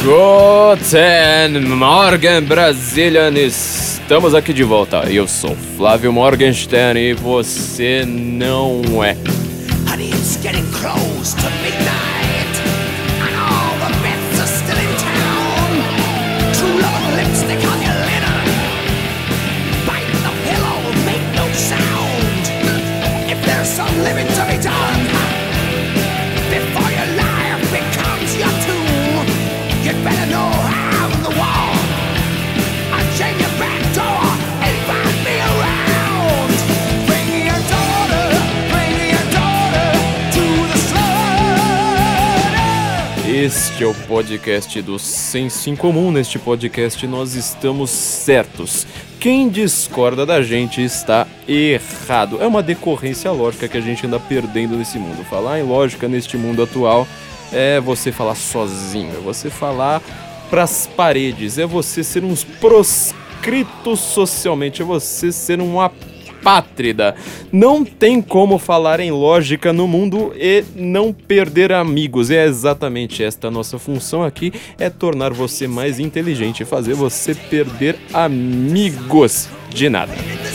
Guten Morgen, Brazilian! Estamos aqui de volta. Eu sou Flávio Morgenstern e você não é. Honey, it's getting close to midnight, and all the bets are still in town. True love lipstick on your linen, bite the pillow, make no sound. If there's some living to be done, before your life becomes your tomb, you'd better know I'm the one. I'll chain your back door and find me around. Bring your daughter to the slaughter. Este é o podcast do Senso em Comum. Neste podcast nós estamos certos. Quem discorda da gente está errado. É uma decorrência lógica que a gente anda perdendo nesse mundo. Falar em lógica neste mundo atual é você falar sozinho, é você falar pras paredes, é você ser um proscrito socialmente, é você ser um apátrida. Não tem como falar em lógica no mundo e não perder amigos. É exatamente esta a nossa função aqui, é tornar você mais inteligente, fazer você perder amigos. De nada.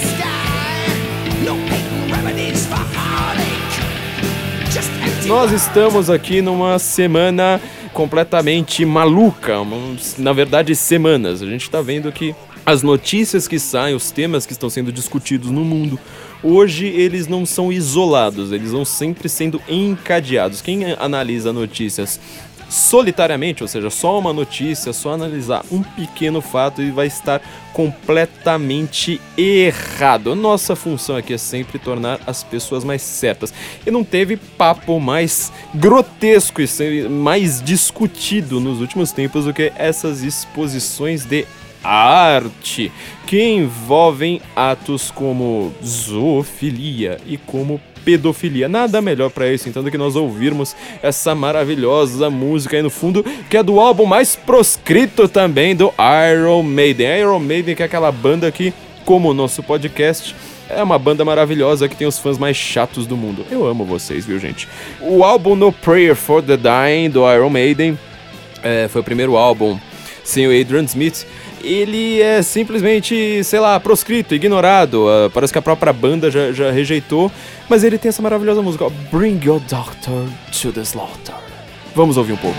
Nós estamos aqui numa semana completamente maluca, na verdade semanas. A gente tá vendo que as notícias que saem, os temas que estão sendo discutidos no mundo, hoje eles não são isolados, eles vão sempre sendo encadeados. Quem analisa notícias solitariamente, ou seja, só uma notícia, só analisar um pequeno fato, e vai estar completamente errado. A nossa função aqui é sempre tornar as pessoas mais certas. E não teve papo mais grotesco e mais discutido nos últimos tempos do que essas exposições de arte que envolvem atos como zoofilia e como pedofilia. Nada melhor pra isso então do que nós ouvirmos essa maravilhosa música aí no fundo, que é do álbum mais proscrito também do Iron Maiden. Iron Maiden, que é aquela banda que, como o nosso podcast, é uma banda maravilhosa que tem os fãs mais chatos do mundo. Eu amo vocês, viu, gente? O álbum No Prayer for the Dying do Iron Maiden foi o primeiro álbum sem o Adrian Smith. Ele é simplesmente, sei lá, proscrito, ignorado. Parece que a própria banda já rejeitou. Mas ele tem essa maravilhosa música, ó, Bring Your Doctor to the Slaughter. Vamos ouvir um pouco.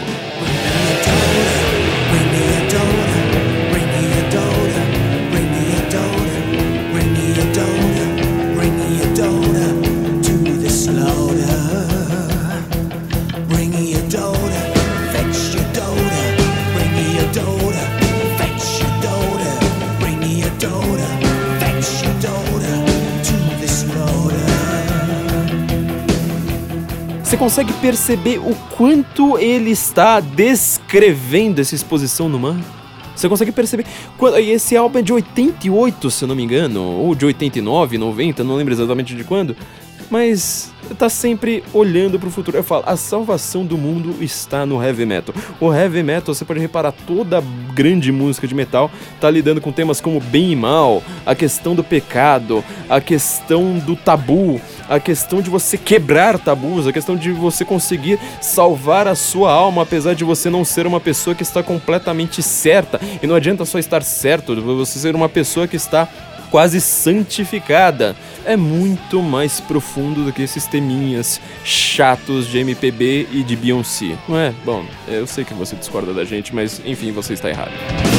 Você consegue perceber o quanto ele está descrevendo essa exposição no mar? Você consegue perceber? E esse álbum é de 88, se eu não me engano, ou de 89, 90, não lembro exatamente de quando, mas tá sempre olhando pro futuro. Eu falo, a salvação do mundo está no heavy metal. O heavy metal, você pode reparar, toda grande música de metal tá lidando com temas como bem e mal, a questão do pecado, a questão do tabu, a questão de você quebrar tabus, a questão de você conseguir salvar a sua alma, apesar de você não ser uma pessoa que está completamente certa. E não adianta só estar certo, você ser uma pessoa que está quase santificada. É muito mais profundo do que esses teminhas chatos de MPB e de Beyoncé, não é? Bom, eu sei que você discorda da gente, mas enfim, você está errado.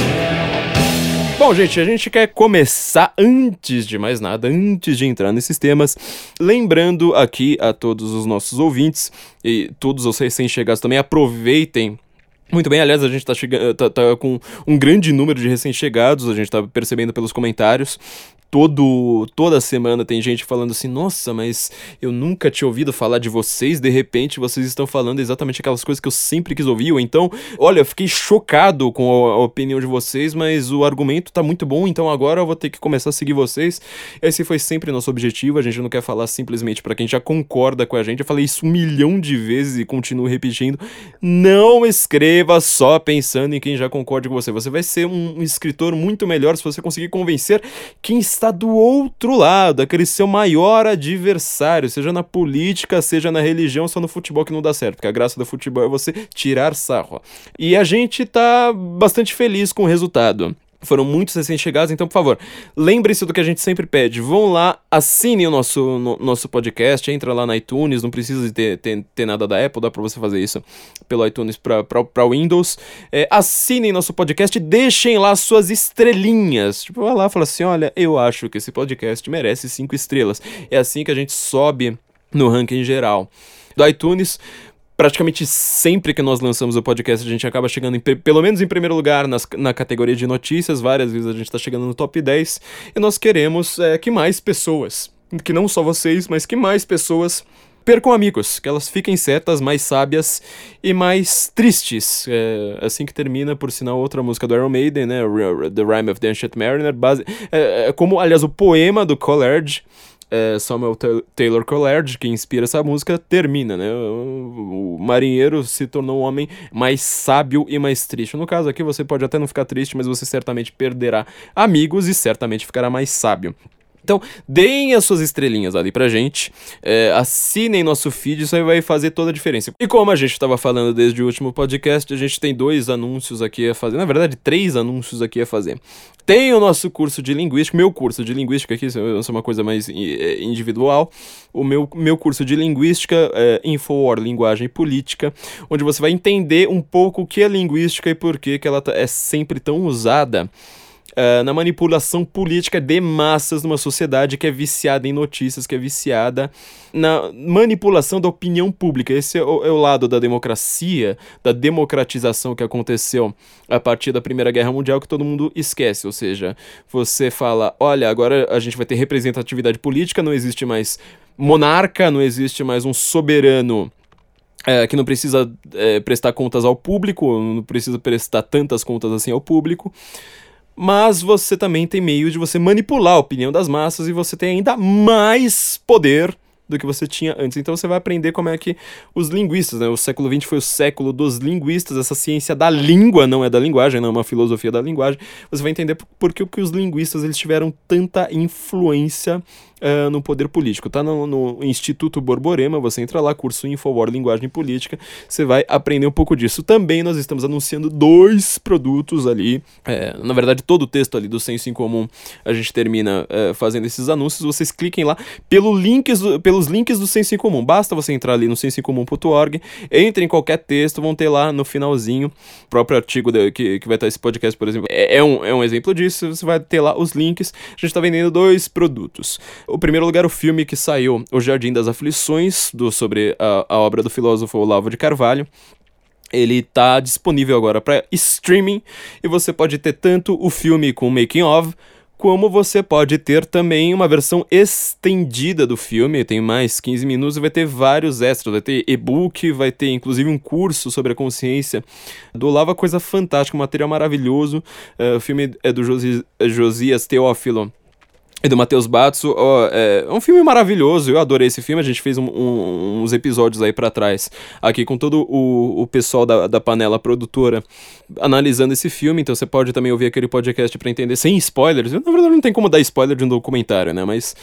Bom, gente, a gente quer começar, antes de mais nada, antes de entrar nesses temas, lembrando aqui a todos os nossos ouvintes e todos os recém-chegados também, aproveitem. Muito bem, aliás, a gente tá com um grande número de recém-chegados, a gente tá percebendo pelos comentários. Toda semana tem gente falando assim, nossa, mas eu nunca tinha ouvido falar de vocês, de repente vocês estão falando exatamente aquelas coisas que eu sempre quis ouvir, ou então, olha, eu fiquei chocado com a opinião de vocês, mas o argumento tá muito bom, então agora eu vou ter que começar a seguir vocês. Esse foi sempre nosso objetivo, a gente não quer falar simplesmente pra quem já concorda com a gente, eu falei isso 1 milhão de vezes e continuo repetindo, não escreva só pensando em quem já concorda com você, você vai ser um escritor muito melhor se você conseguir convencer quem está está do outro lado, aquele seu maior adversário, seja na política, seja na religião, só no futebol que não dá certo, porque a graça do futebol é você tirar sarro. E a gente tá bastante feliz com o resultado. Foram muitos recém-chegados, então, por favor, lembre-se do que a gente sempre pede. Vão lá, assinem o nosso podcast, entra lá na iTunes, não precisa de ter nada da Apple, dá pra você fazer isso pelo iTunes pra Windows. Assinem nosso podcast e deixem lá suas estrelinhas. Tipo, vai lá e fala assim, olha, eu acho que esse podcast merece 5 estrelas. É assim que a gente sobe no ranking geral do iTunes. Praticamente sempre que nós lançamos o podcast, a gente acaba chegando pelo menos em primeiro lugar na categoria de notícias. Várias vezes a gente tá chegando no top 10. E nós queremos que mais pessoas, que não só vocês, mas que mais pessoas percam amigos, que elas fiquem certas, mais sábias e mais tristes. Assim que termina, por sinal, outra música do Iron Maiden, né? The Rime of the Ancient Mariner. Como, aliás, o poema do Coleridge, Samuel Taylor Coleridge, que inspira essa música, termina, né? O marinheiro se tornou um homem mais sábio e mais triste. No caso aqui, você pode até não ficar triste, mas você certamente perderá amigos e certamente ficará mais sábio. Então, deem as suas estrelinhas ali pra gente, assinem nosso feed, isso aí vai fazer toda a diferença. E como a gente estava falando desde o último podcast, a gente tem 2 anúncios aqui a fazer, na verdade 3 anúncios aqui a fazer. Tem o nosso curso de linguística, meu curso de linguística aqui, isso é uma coisa mais individual, o meu curso de linguística, Infowar, Linguagem e Política, onde você vai entender um pouco o que é linguística e por que ela é sempre tão usada na manipulação política de massas numa sociedade que é viciada em notícias, que é viciada na manipulação da opinião pública. Esse é o lado da democracia, da democratização que aconteceu a partir da Primeira Guerra Mundial, que todo mundo esquece. Ou seja, você fala, olha, agora a gente vai ter representatividade política, não existe mais monarca, não existe mais um soberano que não precisa prestar contas ao público, não precisa prestar tantas contas assim ao público. Mas você também tem meio de você manipular a opinião das massas e você tem ainda mais poder do que você tinha antes. Então você vai aprender como é que os linguistas, né? O século XX foi o século dos linguistas, essa ciência da língua, não é da linguagem, não é uma filosofia da linguagem. Você vai entender por que os linguistas eles tiveram tanta influência no poder político. Tá no Instituto Borborema, você entra lá, curso Infowar, Linguagem e Política, você vai aprender um pouco disso. Também nós estamos anunciando 2 produtos ali, na verdade todo o texto ali do Senso em Comum a gente termina fazendo esses anúncios. Vocês cliquem lá pelos links do Senso em Comum, basta você entrar ali no sensoemcomum.org, entre em qualquer texto, vão ter lá no finalzinho, o próprio artigo que vai estar esse podcast, por exemplo, é um exemplo disso. Você vai ter lá os links. A gente está vendendo 2 produtos. O primeiro lugar, o filme que saiu, O Jardim das Aflições, sobre a obra do filósofo Olavo de Carvalho. Ele tá disponível agora para streaming, e você pode ter tanto o filme com making of, como você pode ter também uma versão estendida do filme, tem mais 15 minutos e vai ter vários extras, vai ter e-book, vai ter inclusive um curso sobre a consciência do Olavo, coisa fantástica, um material maravilhoso. O filme é do Josias Teófilo e do Matheus Batso. É um filme maravilhoso, eu adorei esse filme. A gente fez uns episódios aí pra trás, aqui com todo o pessoal da panela produtora, analisando esse filme, então você pode também ouvir aquele podcast pra entender, sem spoilers. Na verdade não tem como dar spoiler de um documentário, né, mas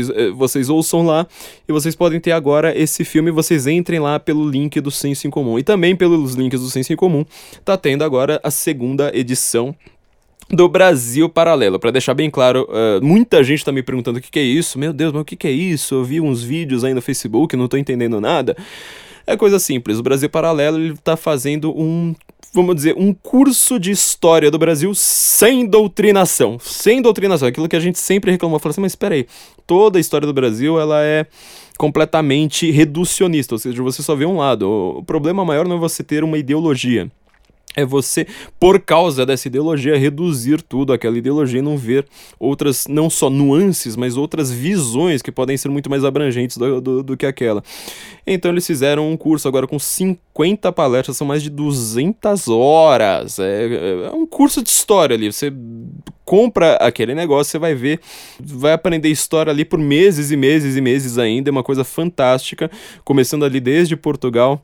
vocês ouçam lá, e vocês podem ter agora esse filme. Vocês entrem lá pelo link do Senso em Comum, e também pelos links do Senso em Comum tá tendo agora a 2ª edição do Brasil Paralelo. Pra deixar bem claro, muita gente tá me perguntando o que é isso. Meu Deus, mas o que é isso? Eu vi uns vídeos aí no Facebook, não tô entendendo nada. É coisa simples, o Brasil Paralelo ele tá fazendo vamos dizer, um curso de história do Brasil sem doutrinação. Sem doutrinação, aquilo que a gente sempre reclamou. Falou assim, mas espera aí, toda a história do Brasil, ela é completamente reducionista, ou seja, você só vê um lado. O problema maior não é você ter uma ideologia, é você, por causa dessa ideologia, reduzir tudo aquela ideologia e não ver outras, não só nuances, mas outras visões que podem ser muito mais abrangentes do que aquela. Então eles fizeram um curso agora com 50 palestras, são mais de 200 horas. É um curso de história ali. Você compra aquele negócio, você vai ver, vai aprender história ali por meses e meses e meses ainda. É uma coisa fantástica, começando ali desde Portugal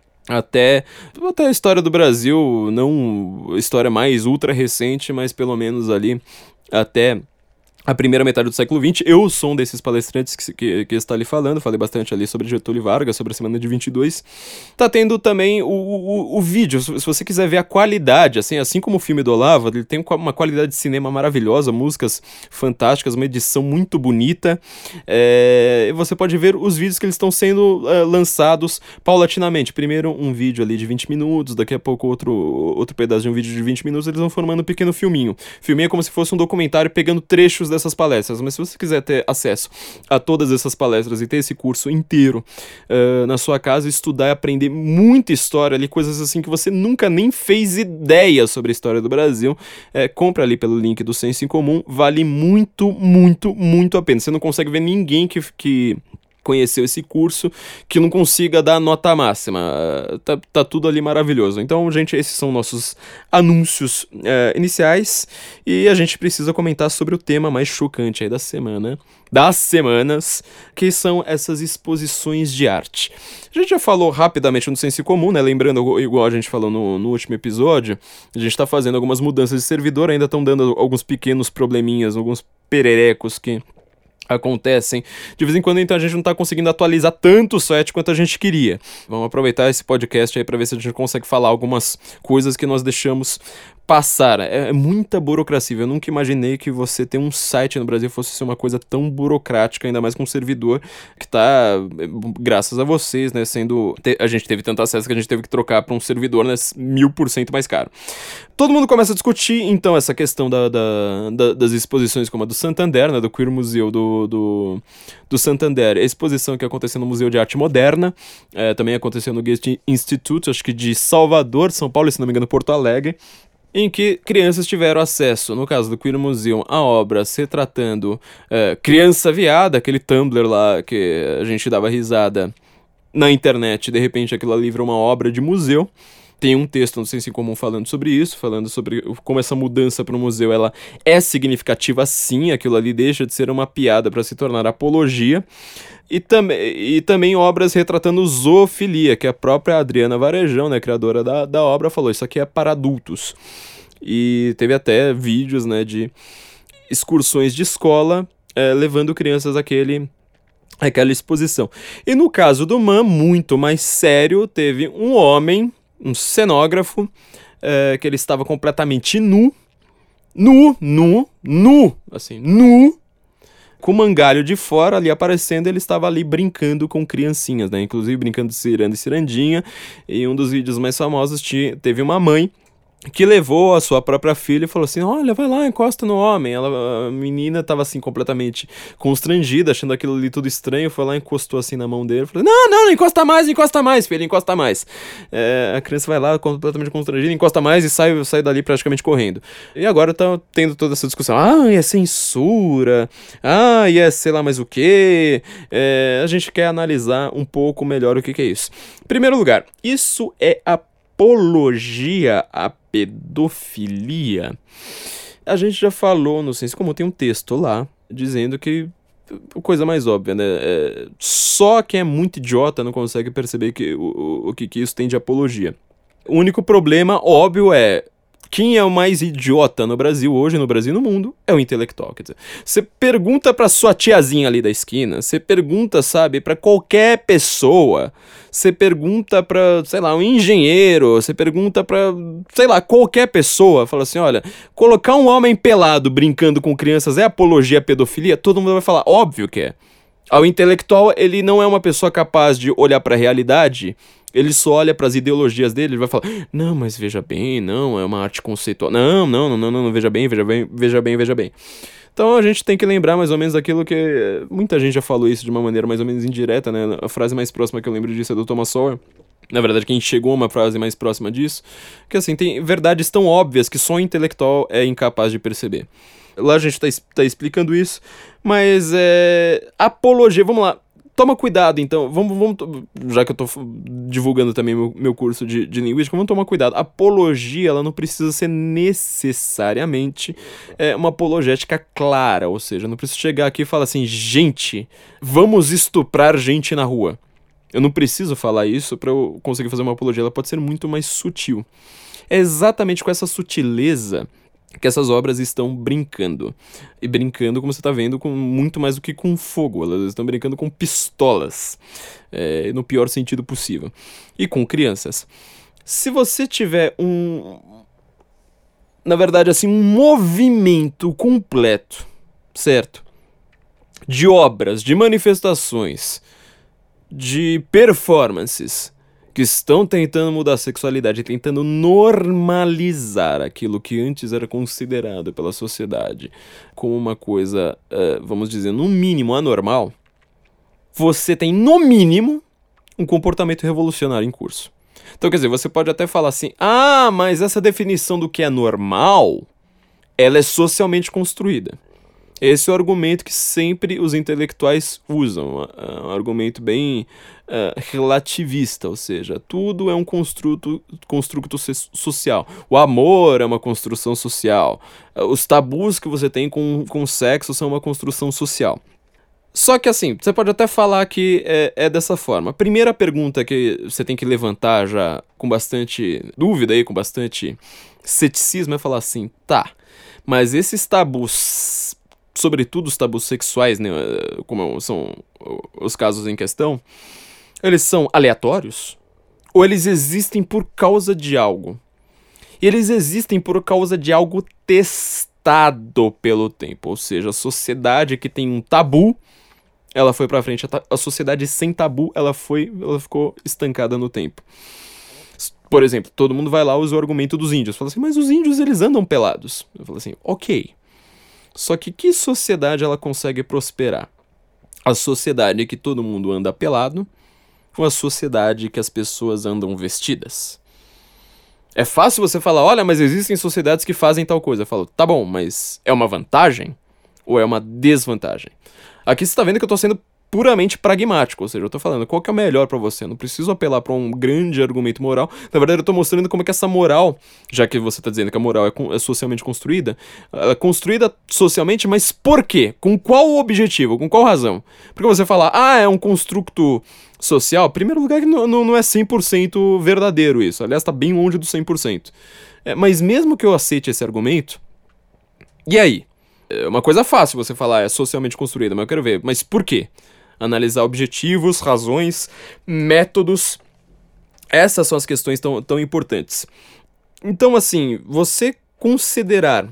até a história do Brasil, não história mais ultra recente, mas pelo menos ali até a primeira metade do século XX. Eu sou um desses palestrantes que está ali falando, falei bastante ali sobre Getúlio Vargas, sobre a semana de 22. Tá tendo também o vídeo, se você quiser ver a qualidade, assim como o filme do Olavo, ele tem uma qualidade de cinema maravilhosa, músicas fantásticas, uma edição muito bonita, e você pode ver os vídeos que eles estão sendo lançados paulatinamente. Primeiro um vídeo ali de 20 minutos, daqui a pouco outro pedaço de um vídeo de 20 minutos, eles vão formando um pequeno filminho. Filminho é como se fosse um documentário pegando trechos dessas palestras, mas se você quiser ter acesso a todas essas palestras e ter esse curso inteiro na sua casa, estudar e aprender muita história ali, coisas assim que você nunca nem fez ideia sobre a história do Brasil, compra ali pelo link do Senso em Comum, vale muito, muito, muito a pena. Você não consegue ver ninguém que conheceu esse curso que não consiga dar nota máxima. Tá tudo ali maravilhoso. Então, gente, esses são nossos anúncios iniciais, e a gente precisa comentar sobre o tema mais chocante aí das semanas, que são essas exposições de arte. A gente já falou rapidamente no Senso Comum, né? Lembrando, igual a gente falou no último episódio, a gente tá fazendo algumas mudanças de servidor, ainda estão dando alguns pequenos probleminhas, alguns pererecos que acontecem de vez em quando, então a gente não tá conseguindo atualizar tanto o site quanto a gente queria. Vamos aproveitar esse podcast aí pra ver se a gente consegue falar algumas coisas que nós deixamos passar. É muita burocracia. Eu nunca imaginei que você ter um site no Brasil fosse ser uma coisa tão burocrática, ainda mais com um servidor que tá, graças a vocês, né, a gente teve tanto acesso que a gente teve que trocar pra um servidor, né, 1000% mais caro. Todo mundo começa a discutir, então, essa questão das exposições como a do Santander, né, do Queer Museu do Santander, a exposição que aconteceu no Museu de Arte Moderna, também aconteceu no Goethe Institute, acho que de Salvador, São Paulo, e, se não me engano, Porto Alegre, em que crianças tiveram acesso, no caso do Queer Museum, a obras retratando criança viada, aquele Tumblr lá que a gente dava risada na internet, de repente aquilo ali virou uma obra de museu. Tem um texto no Senso em Comum falando sobre isso, falando sobre como essa mudança para o museu ela é significativa, sim, aquilo ali deixa de ser uma piada para se tornar apologia. E também obras retratando zoofilia, que a própria Adriana Varejão, né, criadora da obra, falou, isso aqui é para adultos. E teve até vídeos, né, de excursões de escola levando crianças àquela exposição. E no caso do MAM, muito mais sério, teve um homem, um cenógrafo, que ele estava completamente nu, com o mangalho de fora ali aparecendo, ele estava ali brincando com criancinhas, né? Inclusive brincando de ciranda e cirandinha. E um dos vídeos mais famosos teve uma mãe que levou a sua própria filha e falou assim, olha, vai lá, encosta no homem. A menina tava assim, completamente constrangida, achando aquilo ali tudo estranho, foi lá, encostou assim na mão dele, falou, não encosta mais, filho, encosta mais. A criança vai lá, completamente constrangida, encosta mais e sai dali praticamente correndo. E agora tá tendo toda essa discussão, é censura, sei lá mais o que. A gente quer analisar um pouco melhor o que é isso. Em primeiro lugar, isso é apologia à pedofilia. A gente já falou no Senso Comum, tem um texto lá dizendo que coisa mais óbvia, né? Só quem é muito idiota não consegue perceber o que isso tem de apologia. O único problema, óbvio, quem é o mais idiota no Brasil hoje, no Brasil e no mundo, é o intelectual. Quer dizer, você pergunta pra sua tiazinha ali da esquina, você pergunta, sabe, pra qualquer pessoa, você pergunta pra, sei lá, um engenheiro, você pergunta pra, sei lá, qualquer pessoa, fala assim, olha, colocar um homem pelado brincando com crianças é apologia à pedofilia? Todo mundo vai falar, óbvio que é. O intelectual, ele não é uma pessoa capaz de olhar pra realidade. Ele só olha para as ideologias dele, ele vai falar, não, mas veja bem, não, é uma arte conceitual, não, veja bem. Então a gente tem que lembrar mais ou menos daquilo que muita gente já falou isso de uma maneira mais ou menos indireta, né? A frase mais próxima que eu lembro disso é do Thomas Sowell. Na verdade, quem chegou a uma frase mais próxima disso, que assim, tem verdades tão óbvias que só o intelectual é incapaz de perceber. Lá a gente tá explicando isso, mas apologia, vamos lá. Toma cuidado, então, vamos já que eu tô divulgando também meu curso de linguística, vamos tomar cuidado. Apologia, ela não precisa ser necessariamente uma apologética clara, ou seja, eu não preciso chegar aqui e falar assim, gente, vamos estuprar gente na rua. Eu não preciso falar isso para eu conseguir fazer uma apologia, ela pode ser muito mais sutil. É exatamente com essa sutileza que essas obras estão brincando. E brincando, como você tá vendo, com muito mais do que com fogo. Elas estão brincando com pistolas, no pior sentido possível. E com crianças. Se você tiver na verdade, assim, um movimento completo, certo? De obras, de manifestações, de performances que estão tentando mudar a sexualidade, tentando normalizar aquilo que antes era considerado pela sociedade como uma coisa, vamos dizer, no mínimo anormal, você tem, no mínimo, um comportamento revolucionário em curso. Então, quer dizer, você pode até falar assim, mas essa definição do que é normal, ela é socialmente construída. Esse é o argumento que sempre os intelectuais usam, um argumento bem relativista, ou seja, tudo é um construto social. O amor é uma construção social. Os tabus que você tem com o sexo são uma construção social. Só que assim, você pode até falar que é dessa forma. A primeira pergunta que você tem que levantar já com bastante dúvida aí, com bastante ceticismo, é falar assim, tá, mas esses tabus, sobretudo os tabus sexuais, né, como são os casos em questão, eles são aleatórios? Ou eles existem por causa de algo? E eles existem por causa de algo testado pelo tempo, ou seja, a sociedade que tem um tabu, ela foi pra frente. A sociedade sem tabu, ela ficou estancada no tempo. Por exemplo, todo mundo vai lá e usa o argumento dos índios. Fala assim, mas os índios, eles andam pelados. Eu falo assim, ok. Só que sociedade ela consegue prosperar? A sociedade que todo mundo anda pelado ou a sociedade que as pessoas andam vestidas? É fácil você falar, olha, mas existem sociedades que fazem tal coisa. Eu falo, tá bom, mas é uma vantagem ou é uma desvantagem? Aqui você tá vendo que eu tô sendo puramente pragmático, ou seja, eu tô falando qual que é o melhor pra você, eu não preciso apelar pra um grande argumento moral. Na verdade, eu tô mostrando como é que essa moral, já que você tá dizendo que a moral é socialmente construída, ela é construída socialmente, mas por quê? Com qual objetivo? Com qual razão? Porque você falar, é um construto social, em primeiro lugar que não é 100% verdadeiro isso, aliás, tá bem longe do 100%. Mas mesmo que eu aceite esse argumento, e aí? É uma coisa fácil você falar, é socialmente construída, mas eu quero ver, mas por quê? Analisar objetivos, razões, métodos. Essas são as questões tão importantes. Então, assim, você considerar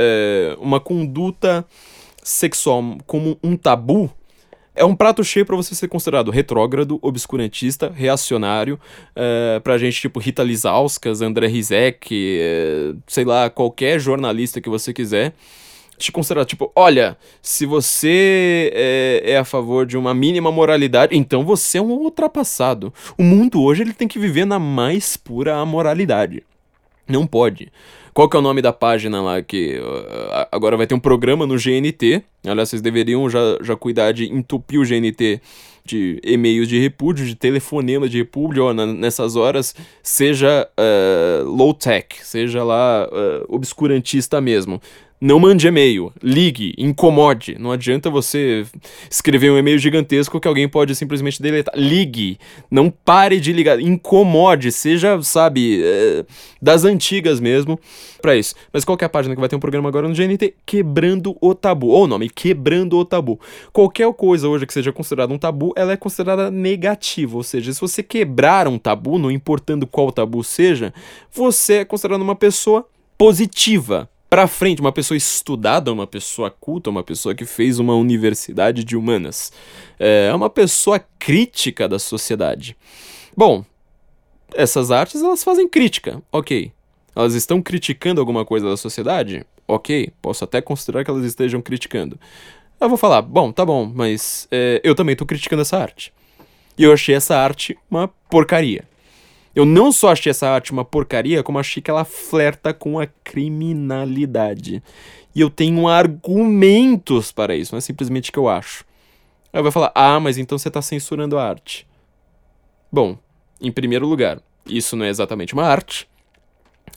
uma conduta sexual como um tabu é um prato cheio pra você ser considerado retrógrado, obscurantista, reacionário, pra gente tipo Rita Lizauskas, André Rizek, sei lá, qualquer jornalista que você quiser te considerar, tipo, olha, se você é a favor de uma mínima moralidade, então você é um ultrapassado. O mundo hoje ele tem que viver na mais pura amoralidade. Não pode. Qual que é o nome da página lá que agora vai ter um programa no GNT? Aliás, vocês deveriam já cuidar de entupir o GNT de e-mails de repúdio, de telefonemas de repúdio, nessas horas, seja low-tech, seja lá obscurantista mesmo. Não mande e-mail, ligue, incomode. Não adianta você escrever um e-mail gigantesco que alguém pode simplesmente deletar. Ligue, não pare de ligar, incomode, seja, sabe, das antigas mesmo, pra isso. Mas qual que é a página que vai ter um programa agora no GNT? Quebrando o Tabu. Ou o nome, Quebrando o Tabu. Qualquer coisa hoje que seja considerada um tabu, ela é considerada negativa. Ou seja, se você quebrar um tabu, não importando qual tabu seja, você é considerado uma pessoa positiva. Pra frente, uma pessoa estudada, uma pessoa culta, uma pessoa que fez uma universidade de humanas. É uma pessoa crítica da sociedade. Bom, essas artes, elas fazem crítica, ok. Elas estão criticando alguma coisa da sociedade? Ok, posso até considerar que elas estejam criticando. Eu vou falar, bom, tá bom, mas eu também tô criticando essa arte. E eu achei essa arte uma porcaria. Eu não só achei essa arte uma porcaria, como achei que ela flerta com a criminalidade. E eu tenho argumentos para isso, não é simplesmente que eu acho. Aí vai falar, mas então você está censurando a arte. Bom, em primeiro lugar, isso não é exatamente uma arte.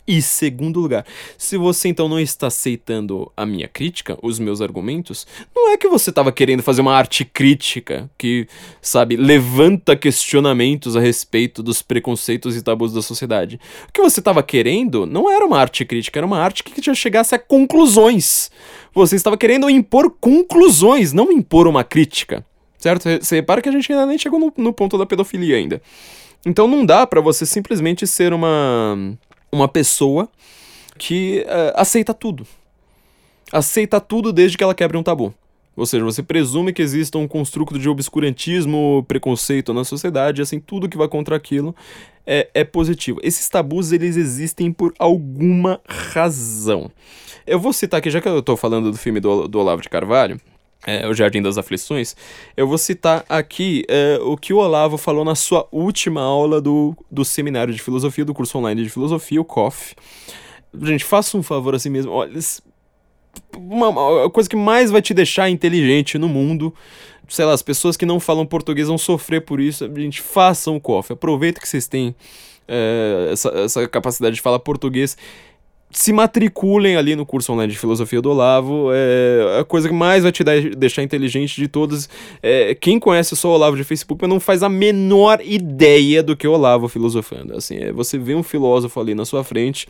E segundo lugar, se você então não está aceitando a minha crítica, os meus argumentos, não é que você estava querendo fazer uma arte crítica que, sabe, levanta questionamentos a respeito dos preconceitos e tabus da sociedade. O que você estava querendo não era uma arte crítica, era uma arte que já chegasse a conclusões. Você estava querendo impor conclusões, não impor uma crítica, certo? Você repara que a gente ainda nem chegou no ponto da pedofilia ainda. Então não dá pra você simplesmente ser uma pessoa que aceita tudo. Aceita tudo desde que ela quebre um tabu. Ou seja, você presume que exista um construto de obscurantismo, preconceito na sociedade, e assim, tudo que vai contra aquilo é positivo. Esses tabus, eles existem por alguma razão. Eu vou citar aqui, já que eu tô falando do filme do Olavo de Carvalho, O Jardim das Aflições, eu vou citar aqui o que o Olavo falou na sua última aula do seminário de filosofia, do curso online de filosofia, o COF. Gente, faça um favor assim mesmo, olha, uma coisa que mais vai te deixar inteligente no mundo, sei lá, as pessoas que não falam português vão sofrer por isso, gente, façam o COF, aproveita que vocês têm essa capacidade de falar português, se matriculem ali no curso online de filosofia do Olavo, a coisa que mais vai te deixar inteligente de todas. Quem conhece só o Olavo de Facebook, mas não faz a menor ideia do que o Olavo filosofando. Assim, você vê um filósofo ali na sua frente,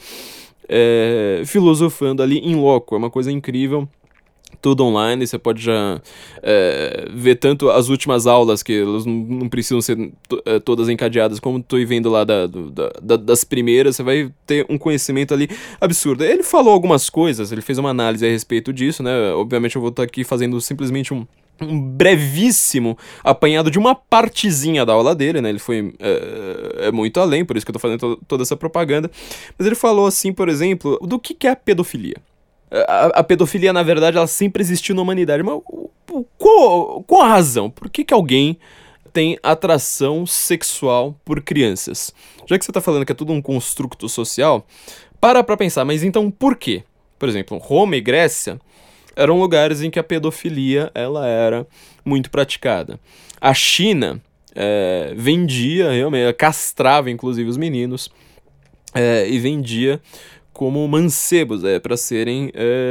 filosofando ali in loco, é uma coisa incrível. Tudo online, você pode já ver tanto as últimas aulas, que elas não precisam ser todas encadeadas, como tu vendo lá das primeiras, você vai ter um conhecimento ali absurdo. Ele falou algumas coisas, ele fez uma análise a respeito disso, né? Obviamente eu vou estar aqui fazendo simplesmente um brevíssimo apanhado de uma partezinha da aula dele, né? Ele foi muito além, por isso que eu tô fazendo toda essa propaganda. Mas ele falou assim, por exemplo, do que é a pedofilia. A pedofilia, na verdade, ela sempre existiu na humanidade, mas qual a razão? Por que alguém tem atração sexual por crianças? Já que você tá falando que é tudo um construto social, para pra pensar, mas então por quê? Por exemplo, Roma e Grécia eram lugares em que a pedofilia ela era muito praticada. A China vendia, realmente, castrava inclusive os meninos e vendia como mancebos, para serem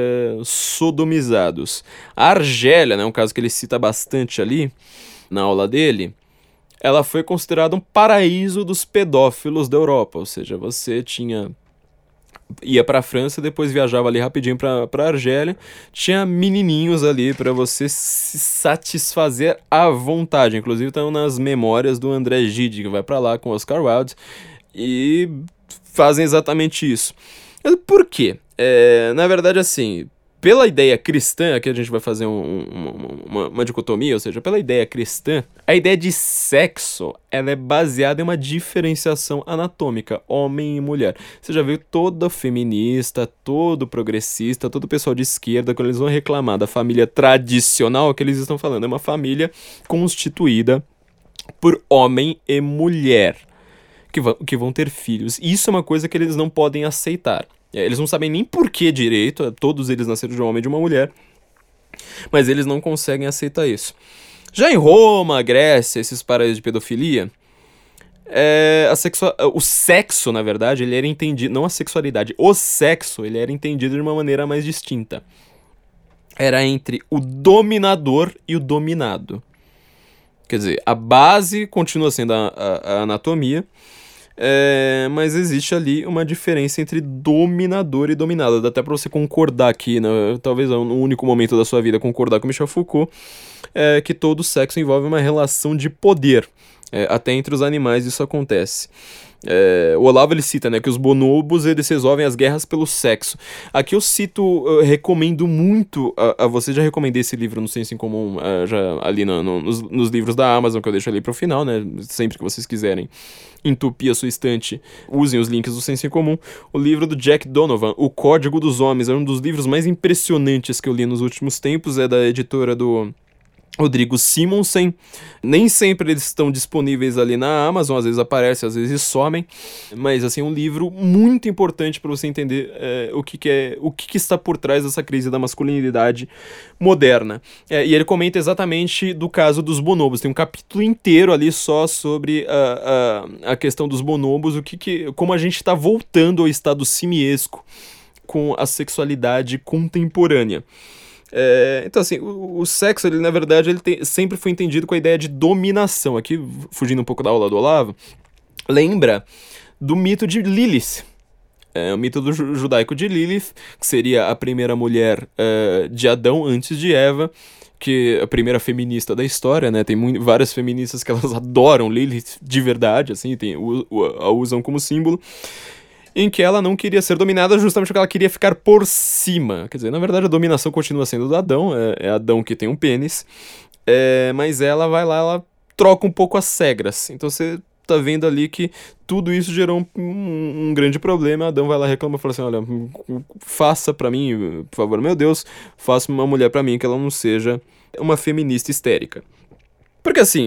sodomizados. A Argélia, né, um caso que ele cita bastante ali na aula dele, ela foi considerada um paraíso dos pedófilos da Europa, ou seja, você ia pra França e depois viajava ali rapidinho pra Argélia, tinha menininhos ali pra você se satisfazer à vontade, inclusive estão nas memórias do André Gide, que vai pra lá com o Oscar Wilde, e fazem exatamente isso. Por quê? Na verdade, assim, pela ideia cristã, aqui a gente vai fazer uma dicotomia, ou seja, pela ideia cristã, a ideia de sexo, ela é baseada em uma diferenciação anatômica, homem e mulher. Você já viu toda feminista, todo progressista, todo pessoal de esquerda, quando eles vão reclamar da família tradicional, o que eles estão falando é uma família constituída por homem e mulher, que vão ter filhos. Isso é uma coisa que eles não podem aceitar. Eles não sabem nem por que direito, todos eles nasceram de um homem e de uma mulher, mas eles não conseguem aceitar isso. Já em Roma, Grécia, esses paraísos de pedofilia, o sexo, na verdade, ele era entendido, não a sexualidade, o sexo, ele era entendido de uma maneira mais distinta. Era entre o dominador e o dominado. Quer dizer, a base continua sendo a anatomia, mas existe ali uma diferença entre dominador e dominado. Dá até pra você concordar aqui, né? Talvez no único momento da sua vida concordar com Michel Foucault, que todo sexo envolve uma relação de poder. Até entre os animais isso acontece. O Olavo ele cita, né, que os bonobos eles resolvem as guerras pelo sexo. Aqui eu recomendo muito a você, já recomendei esse livro no Senso em Comum, já ali nos livros da Amazon, que eu deixo ali pro final, né, sempre que vocês quiserem entupir a sua estante, usem os links do Senso em Comum. O livro do Jack Donovan, O Código dos Homens, é um dos livros mais impressionantes que eu li nos últimos tempos, é da editora do Rodrigo Simonsen. Nem sempre eles estão disponíveis ali na Amazon, às vezes aparecem, às vezes somem, mas assim, é um livro muito importante para você entender o que está por trás dessa crise da masculinidade moderna. E ele comenta exatamente do caso dos bonobos, tem um capítulo inteiro ali só sobre a questão dos bonobos, como a gente está voltando ao estado simiesco com a sexualidade contemporânea. Então, assim, o sexo, ele, na verdade, sempre foi entendido com a ideia de dominação. Aqui, fugindo um pouco da aula do Olavo, lembra do mito de Lilith. O mito do judaico de Lilith, que seria a primeira mulher de Adão antes de Eva, que a primeira feminista da história, né? Tem várias feministas que elas adoram Lilith de verdade, assim, a usam como símbolo, em que ela não queria ser dominada justamente porque ela queria ficar por cima. Quer dizer, na verdade a dominação continua sendo do Adão, é Adão que tem um pênis, mas ela vai lá, ela troca um pouco as regras. Então você tá vendo ali que tudo isso gerou um grande problema. Adão vai lá, reclama e fala assim, olha, faça pra mim, por favor, meu Deus, faça uma mulher pra mim que ela não seja uma feminista histérica. Porque assim,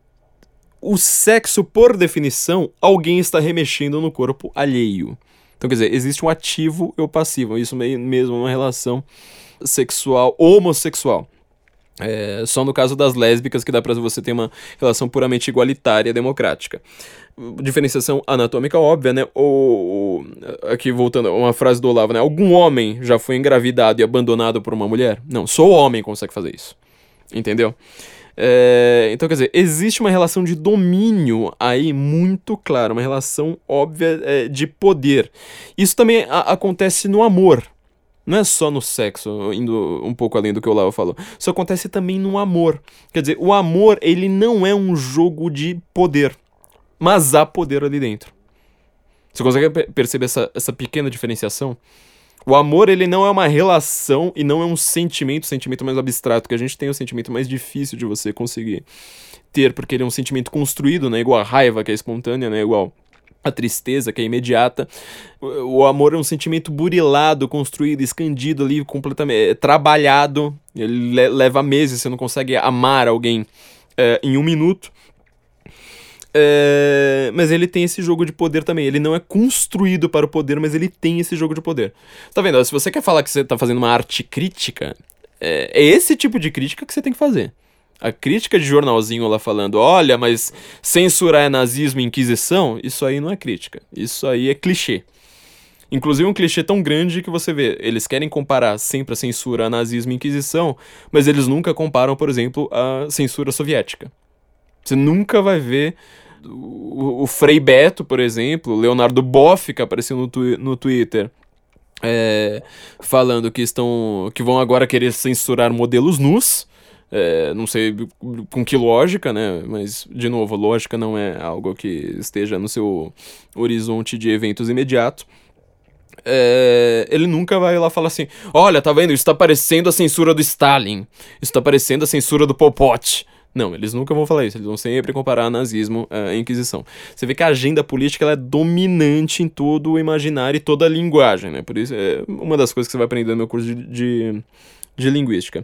o sexo, por definição, alguém está remexendo no corpo alheio. Então, quer dizer, existe um ativo e o passivo. Isso mesmo é uma relação sexual homossexual. Só no caso das lésbicas que dá pra você ter uma relação puramente igualitária, democrática. Diferenciação anatômica óbvia, né? Aqui voltando a uma frase do Olavo, né? Algum homem já foi engravidado e abandonado por uma mulher? Não, só o homem consegue fazer isso. Entendeu? Então, quer dizer, existe uma relação de domínio aí muito clara, uma relação óbvia de poder. Isso também acontece no amor, não é só no sexo, indo um pouco além do que o Olavo falou. Isso acontece também no amor. Quer dizer, o amor, ele não é um jogo de poder, mas há poder ali dentro. Você consegue perceber essa pequena diferenciação? O amor, ele não é uma relação e não é um sentimento, o sentimento mais abstrato que a gente tem, é o sentimento mais difícil de você conseguir ter, porque ele é um sentimento construído, né? Igual a raiva, que é espontânea, né? Igual a tristeza, que é imediata. O amor é um sentimento burilado, construído, escandido ali, completamente trabalhado. Ele leva meses, você não consegue amar alguém em um minuto. Mas ele tem esse jogo de poder também. Ele não é construído para o poder, mas ele tem esse jogo de poder. Tá vendo? Se você quer falar que você tá fazendo uma arte crítica, é esse tipo de crítica que você tem que fazer. A crítica de jornalzinho lá falando, olha, mas censurar é nazismo e inquisição, isso aí não é crítica. Isso aí é clichê. Inclusive um clichê tão grande que você vê, eles querem comparar sempre a censura a nazismo e inquisição, mas eles nunca comparam, por exemplo, a censura soviética. Você nunca vai ver o Frei Beto, por exemplo, o Leonardo Boff, que apareceu no Twitter, falando que vão agora querer censurar modelos nus. Não sei com que lógica, né? Mas, de novo, lógica não é algo que esteja no seu horizonte de eventos imediato. Ele nunca vai lá falar assim, olha, tá vendo? Isso tá parecendo a censura do Stalin. Isso tá parecendo a censura do Pol Pot. Não, eles nunca vão falar isso, eles vão sempre comparar nazismo à Inquisição. Você vê que a agenda política ela é dominante em todo o imaginário e toda a linguagem, né? Por isso é uma das coisas que você vai aprender no meu curso de linguística.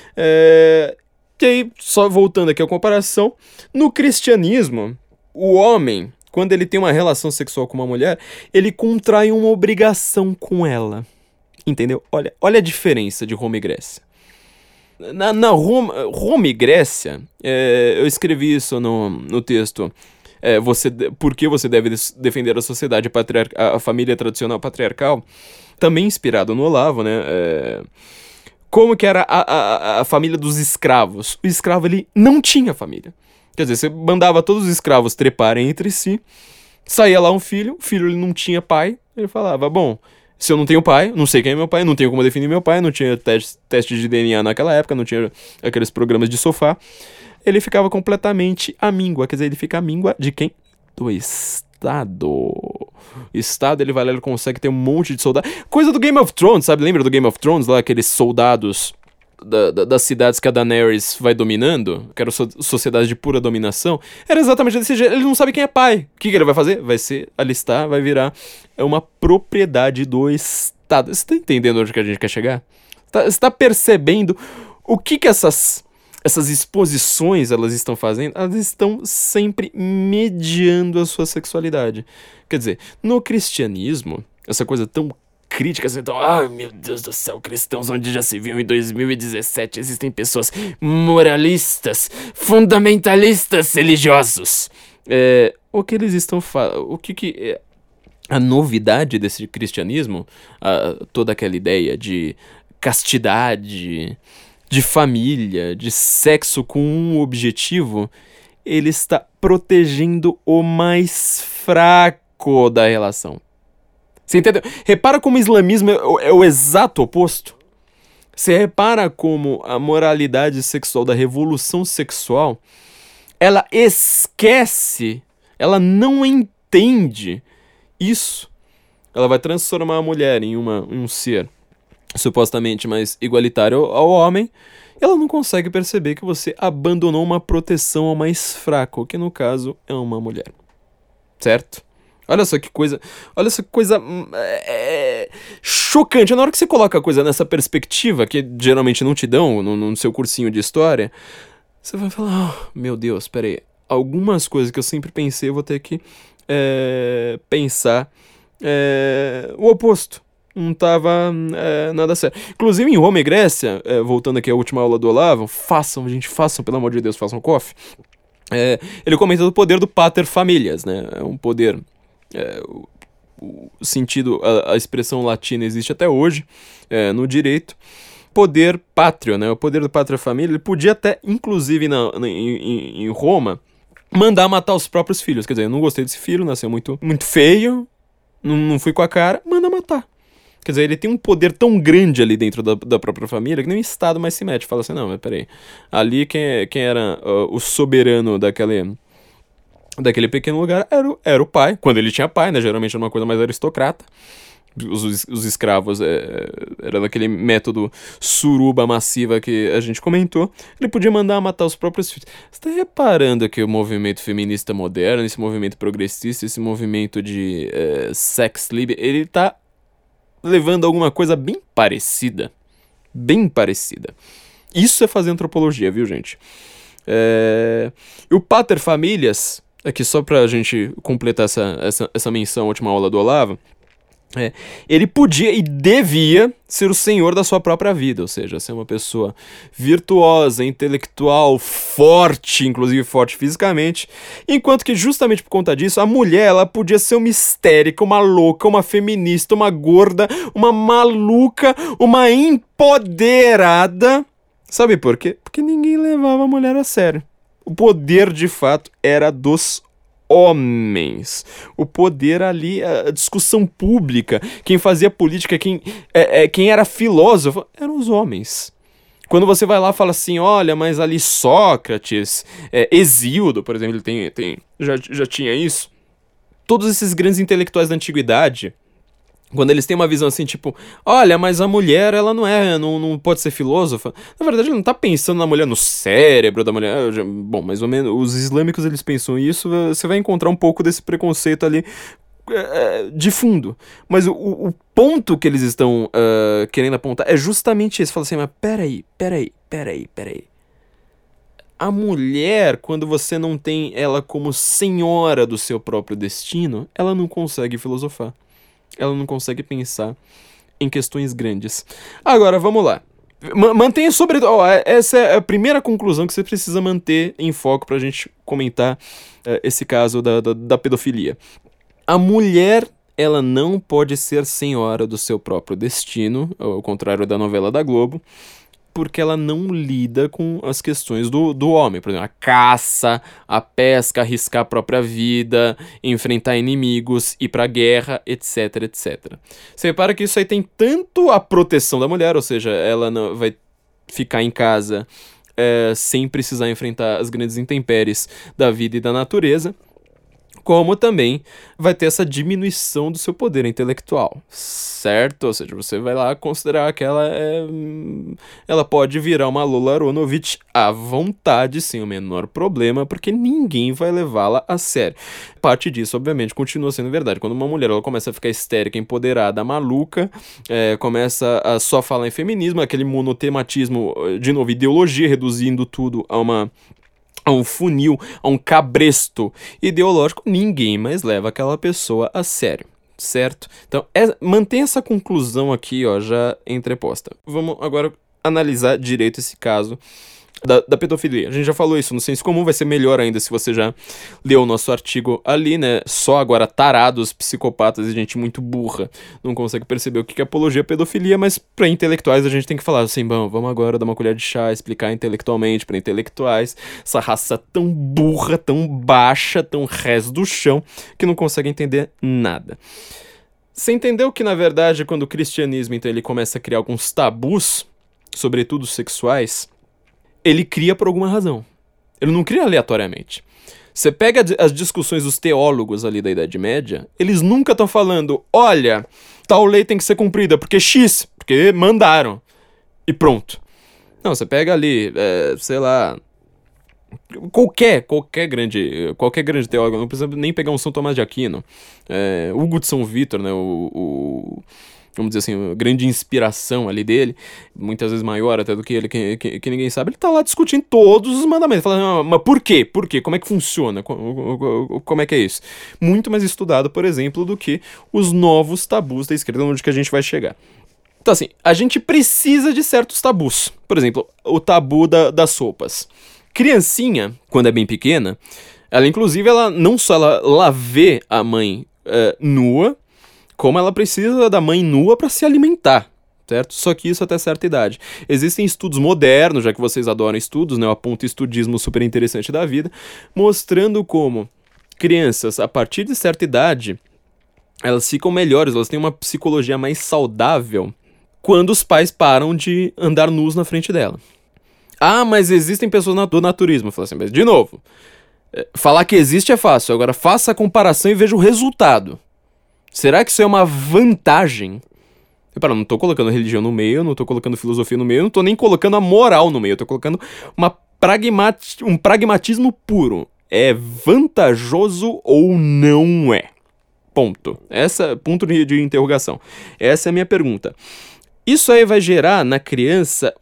E aí, só voltando aqui à comparação, no cristianismo, o homem, quando ele tem uma relação sexual com uma mulher, ele contrai uma obrigação com ela. Entendeu? Olha a diferença de Roma e Grécia. Na Roma e Grécia, eu escrevi isso no texto, por que você deve defender a sociedade a família tradicional patriarcal, também inspirado no Olavo, né? Como que era a família dos escravos? O escravo, ele não tinha família. Quer dizer, você mandava todos os escravos treparem entre si, saía lá um filho, o filho ele não tinha pai, ele falava, bom, se eu não tenho pai, não sei quem é meu pai, não tenho como definir meu pai, não tinha teste de DNA naquela época, não tinha aqueles programas de sofá, ele ficava completamente amíngua, quer dizer, ele fica amíngua de quem? Do Estado. O Estado, ele vai lá, ele consegue ter um monte de soldados, coisa do Game of Thrones, sabe? Lembra do Game of Thrones, lá, aqueles soldados das cidades que a Daenerys vai dominando, que eram sociedades de pura dominação, era exatamente desse jeito. Ele não sabe quem é pai. O que ele vai fazer? Vai ser alistar, vai virar uma propriedade do Estado. Você tá entendendo onde que a gente quer chegar? Você tá percebendo o que essas essas exposições elas estão fazendo, elas estão sempre mediando a sua sexualidade. Quer dizer, no cristianismo, essa coisa tão crítica, assim, então, ai meu Deus do céu, cristãos, onde já se viu em 2017, existem pessoas moralistas, fundamentalistas religiosos. O que eles estão falando, a novidade desse cristianismo, toda aquela ideia de castidade, de família, de sexo com um objetivo, ele está protegendo o mais fraco da relação. Você entendeu? Repara como o islamismo é o exato oposto. Você repara como a moralidade sexual da revolução sexual, ela esquece, ela não entende isso. Ela vai transformar a mulher em um ser supostamente mais igualitário ao homem, e ela não consegue perceber que você abandonou uma proteção ao mais fraco, que no caso é uma mulher. Certo? Olha só que coisa chocante. Na hora que você coloca a coisa nessa perspectiva, que geralmente não te dão no seu cursinho de história, você vai falar, oh, meu Deus, peraí, algumas coisas que eu sempre pensei, eu vou ter que pensar o oposto. Não tava nada certo. Inclusive em Roma e Grécia, voltando aqui à última aula do Olavo, façam, pelo amor de Deus, façam coffee. Ele comenta do poder do pater familias, né? É um poder, o sentido, a expressão latina existe até hoje no direito. Poder pátrio, né? O poder do pater familia, ele podia até, inclusive em Roma, mandar matar os próprios filhos. Quer dizer, eu não gostei desse filho, nasceu muito feio, não fui com a cara, manda matar. Quer dizer, ele tem um poder tão grande ali dentro da própria família que nem o Estado mais se mete. Fala assim, não, mas peraí. Ali quem era o soberano daquele pequeno lugar era o pai. Quando ele tinha pai, né? Geralmente era uma coisa mais aristocrata. Os escravos era daquele método suruba massiva que a gente comentou. Ele podia mandar matar os próprios filhos. Você tá reparando que o movimento feminista moderno, esse movimento progressista, esse movimento de sex lib, ele tá levando alguma coisa bem parecida. Bem parecida. Isso é fazer antropologia, viu, gente? E o pater familias, aqui só pra gente completar essa menção, a última aula do Olavo, ele podia e devia ser o senhor da sua própria vida, ou seja, ser uma pessoa virtuosa, intelectual, forte, inclusive forte fisicamente, enquanto que justamente por conta disso, a mulher, ela podia ser uma histérica, uma louca, uma feminista, uma gorda, uma maluca, uma empoderada. Sabe por quê? Porque ninguém levava a mulher a sério. O poder, de fato, era dos homens. O poder ali, a discussão pública, quem fazia política, quem era filósofo, eram os homens. Quando você vai lá e fala assim, olha, mas ali Sócrates, Hesíodo, por exemplo, ele já tinha isso. Todos esses grandes intelectuais da antiguidade, quando eles têm uma visão assim, tipo, olha, mas a mulher, ela não pode ser filósofa. Na verdade, ele não tá pensando na mulher, no cérebro da mulher. Bom, mais ou menos, os islâmicos, eles pensam isso, você vai encontrar um pouco desse preconceito ali de fundo. Mas o ponto que eles estão querendo apontar é justamente esse. Fala assim, mas peraí. A mulher, quando você não tem ela como senhora do seu próprio destino, ela não consegue filosofar. Ela não consegue pensar em questões grandes. Agora, vamos lá. Mantenha essa é a primeira conclusão que você precisa manter em foco pra gente comentar esse caso da pedofilia. A mulher, ela não pode ser senhora do seu próprio destino, ao contrário da novela da Globo, porque ela não lida com as questões do homem. Por exemplo, a caça, a pesca, arriscar a própria vida, enfrentar inimigos, ir pra guerra, etc, etc. Você repara que isso aí tem tanto a proteção da mulher, ou seja, ela não vai ficar em casa sem precisar enfrentar as grandes intempéries da vida e da natureza, como também vai ter essa diminuição do seu poder intelectual, certo? Ou seja, você vai lá considerar que ela pode virar uma Lola Aronovich à vontade, sem o menor problema, porque ninguém vai levá-la a sério. Parte disso, obviamente, continua sendo verdade. Quando uma mulher ela começa a ficar histérica, empoderada, maluca, começa a só falar em feminismo, aquele monotematismo, de novo, ideologia, reduzindo tudo a um funil, a um cabresto ideológico, ninguém mais leva aquela pessoa a sério, certo? Então, mantém essa conclusão aqui, ó, já entreposta. Vamos agora analisar direito esse caso da pedofilia. A gente já falou isso no Senso Comum, vai ser melhor ainda se você já leu o nosso artigo ali, né? Só agora tarados, psicopatas e gente muito burra não consegue perceber o que é apologia à pedofilia, mas pra intelectuais a gente tem que falar assim, bom, vamos agora dar uma colher de chá, explicar intelectualmente pra intelectuais, essa raça tão burra, tão baixa, tão res do chão, que não consegue entender nada. Você entendeu que, na verdade, quando o cristianismo, então, ele começa a criar alguns tabus, sobretudo sexuais, ele cria por alguma razão. Ele não cria aleatoriamente. Você pega as discussões dos teólogos ali da Idade Média, eles nunca estão falando, olha, tal lei tem que ser cumprida, porque X, porque mandaram, e pronto. Não, você pega ali, sei lá, qualquer grande teólogo, não precisa nem pegar um São Tomás de Aquino, Hugo de São Vítor, né, vamos dizer assim, a grande inspiração ali dele, muitas vezes maior até do que ele, que ninguém sabe, ele tá lá discutindo todos os mandamentos, falando, mas por quê? Por quê? Como é que funciona? Como é que é isso? Muito mais estudado, por exemplo, do que os novos tabus da esquerda, onde que a gente vai chegar. Então assim, a gente precisa de certos tabus. Por exemplo, o tabu das sopas. Criancinha, quando é bem pequena, ela inclusive, não só ela vê a mãe nua, como ela precisa da mãe nua para se alimentar, certo? Só que isso até certa idade. Existem estudos modernos, já que vocês adoram estudos, né? Eu aponto estudismo super interessante da vida, mostrando como crianças, a partir de certa idade, elas ficam melhores, elas têm uma psicologia mais saudável quando os pais param de andar nus na frente dela. Ah, mas existem pessoas do naturismo. Eu falo assim, mas de novo, falar que existe é fácil, agora faça a comparação e veja o resultado. Será que isso é uma vantagem? Repara, eu não tô colocando religião no meio, eu não tô colocando filosofia no meio, eu não tô nem colocando a moral no meio, eu tô colocando um pragmatismo puro. É vantajoso ou não é? Ponto. Ponto de interrogação. Essa é a minha pergunta. Isso aí vai gerar na criança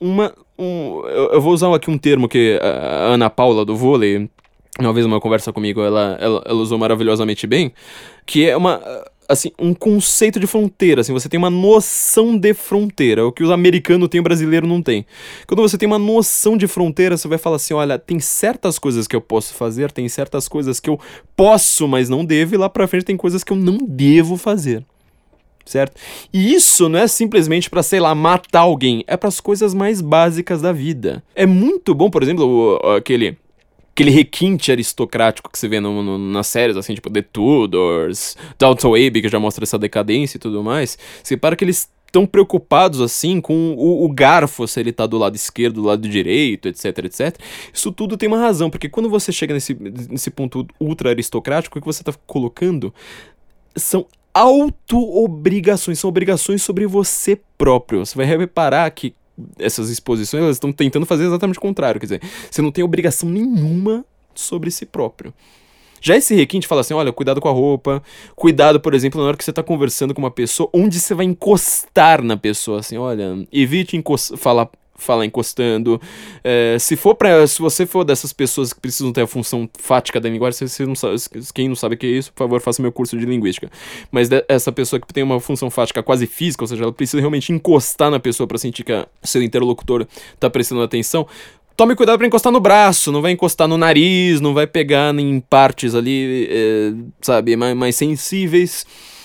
eu vou usar aqui um termo que a Ana Paula do vôlei, uma vez numa conversa comigo, ela usou maravilhosamente bem, que é um conceito de fronteira, assim, você tem uma noção de fronteira, o que os americanos têm, o brasileiro não tem. Quando você tem uma noção de fronteira, você vai falar assim, olha, tem certas coisas que eu posso fazer, tem certas coisas que eu posso, mas não devo, e lá pra frente tem coisas que eu não devo fazer. Certo? E isso não é simplesmente pra, sei lá, matar alguém, é pras coisas mais básicas da vida. É muito bom, por exemplo, aquele requinte aristocrático que você vê nas séries, assim, tipo The Tudors, Downton Abbey, que já mostra essa decadência e tudo mais. Você para que eles estão preocupados, assim, com o garfo, se ele tá do lado esquerdo, do lado direito, etc, etc. Isso tudo tem uma razão, porque quando você chega nesse ponto ultra aristocrático, o que você tá colocando são auto-obrigações, são obrigações sobre você próprio. Você vai reparar que essas exposições, elas estão tentando fazer exatamente o contrário, quer dizer, você não tem obrigação nenhuma sobre si próprio. Já esse requinte fala assim, olha, cuidado com a roupa, cuidado, por exemplo, na hora que você tá conversando com uma pessoa, onde você vai encostar na pessoa, assim, olha, evite falar encostando, se você for dessas pessoas que precisam ter a função fática da linguagem, quem não sabe o que é isso, por favor, faça meu curso de linguística, mas essa pessoa que tem uma função fática quase física, ou seja, ela precisa realmente encostar na pessoa para sentir que seu interlocutor tá prestando atenção, tome cuidado para encostar no braço, não vai encostar no nariz, não vai pegar em partes ali, sabe, mais sensíveis,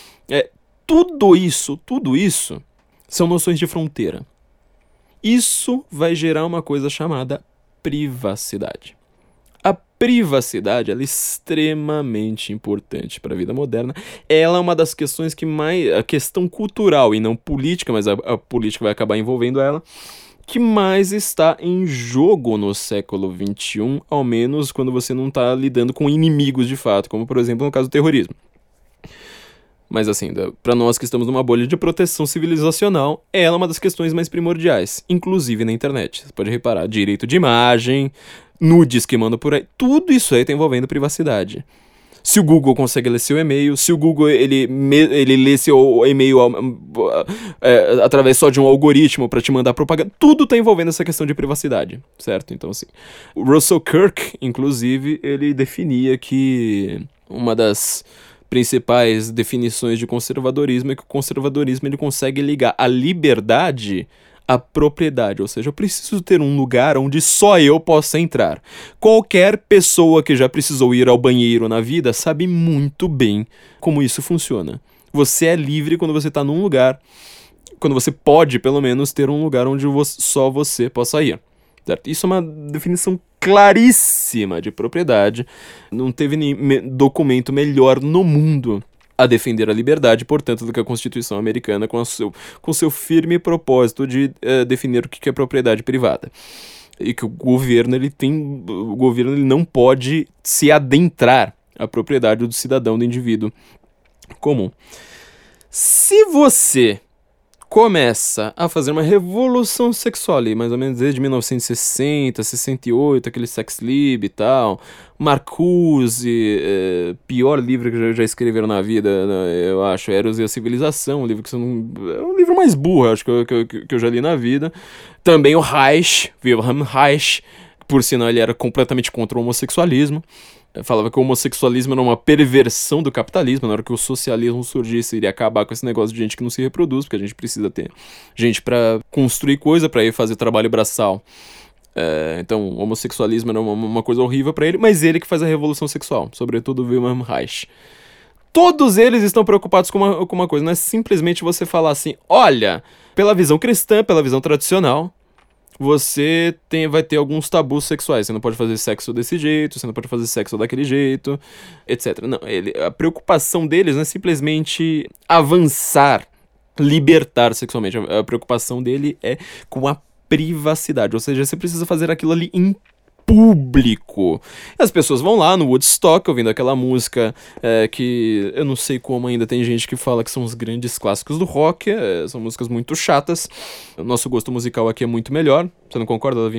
tudo isso são noções de fronteira. Isso vai gerar uma coisa chamada privacidade. A privacidade, ela é extremamente importante para a vida moderna. Ela é uma das questões que a questão cultural e não política, mas a política vai acabar envolvendo ela, que mais está em jogo no século XXI, ao menos quando você não está lidando com inimigos de fato, como por exemplo no caso do terrorismo. Mas assim, para nós que estamos numa bolha de proteção civilizacional, ela é uma das questões mais primordiais, inclusive na internet. Você pode reparar, direito de imagem, nudes que mandam por aí, tudo isso aí está envolvendo privacidade. Se o Google consegue ler seu e-mail, se o Google ele lê seu e-mail através só de um algoritmo para te mandar propaganda, tudo está envolvendo essa questão de privacidade, certo? Então assim, o Russell Kirk, inclusive, ele definia que uma das principais definições de conservadorismo é que o conservadorismo ele consegue ligar a liberdade à propriedade, ou seja, eu preciso ter um lugar onde só eu possa entrar. Qualquer pessoa que já precisou ir ao banheiro na vida sabe muito bem como isso funciona. Você é livre quando você está num lugar, quando você pode, pelo menos, ter um lugar onde só você possa ir. Certo? Isso é uma definição claríssima de propriedade. Não teve documento melhor no mundo a defender a liberdade, portanto, do que a Constituição americana com seu firme propósito de definir o que é propriedade privada. E que o governo ele não pode se adentrar à propriedade do cidadão, do indivíduo comum. Se você começa a fazer uma revolução sexual ali, mais ou menos desde 1960, 68, aquele sex lib e tal, Marcuse, pior livro que já escreveram na vida, eu acho, Eros e a Civilização, um livro que é um livro mais burro, acho que eu já li na vida. Também o Reich, Wilhelm Reich, por sinal ele era completamente contra o homossexualismo. Falava que o homossexualismo era uma perversão do capitalismo. Na hora que o socialismo surgisse, iria acabar com esse negócio de gente que não se reproduz, porque a gente precisa ter gente pra construir coisa, pra ir fazer trabalho braçal. Então, o homossexualismo era uma coisa horrível pra ele, mas ele que faz a revolução sexual, sobretudo o Wilhelm Reich. Todos eles estão preocupados com uma coisa, não é simplesmente você falar assim, olha, pela visão cristã, pela visão tradicional, você vai ter alguns tabus sexuais. Você não pode fazer sexo desse jeito, você não pode fazer sexo daquele jeito, etc. Não, a preocupação deles não é simplesmente avançar, libertar sexualmente. A preocupação dele é com a privacidade. Ou seja, você precisa fazer aquilo ali em público. As pessoas vão lá no Woodstock ouvindo aquela música que eu não sei como ainda tem gente que fala que são os grandes clássicos do rock. São músicas muito chatas. O nosso gosto musical aqui é muito melhor. Você não concorda, Davi?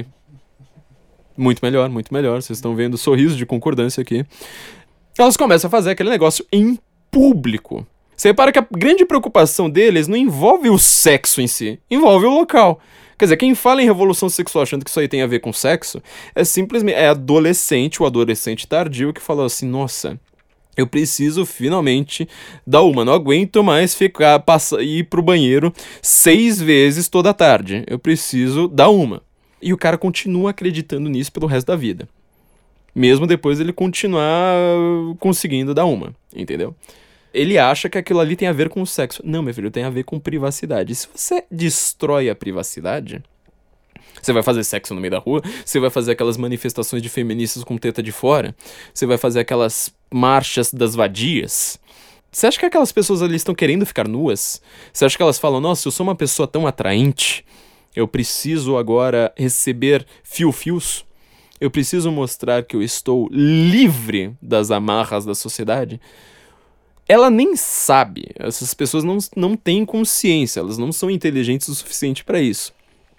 Muito melhor, muito melhor. Vocês estão vendo sorriso de concordância aqui. Elas começam a fazer aquele negócio em público. Você repara que a grande preocupação deles não envolve o sexo em si, envolve o local. Quer dizer, quem fala em revolução sexual achando que isso aí tem a ver com sexo, é simplesmente o adolescente tardio que fala assim, nossa, eu preciso finalmente dar uma, não aguento mais ir pro banheiro 6 vezes toda tarde, eu preciso dar uma. E o cara continua acreditando nisso pelo resto da vida. Mesmo depois ele continuar conseguindo dar uma, entendeu? Ele acha que aquilo ali tem a ver com o sexo. Não, meu filho, tem a ver com privacidade. Se você destrói a privacidade, você vai fazer sexo no meio da rua, você vai fazer aquelas manifestações de feministas com teta de fora, você vai fazer aquelas marchas das vadias. Você acha que aquelas pessoas ali estão querendo ficar nuas? Você acha que elas falam, nossa, eu sou uma pessoa tão atraente, eu preciso agora receber fio-fios? Eu preciso mostrar que eu estou livre das amarras da sociedade? Ela nem sabe, essas pessoas não têm consciência, elas não são inteligentes o suficiente para isso.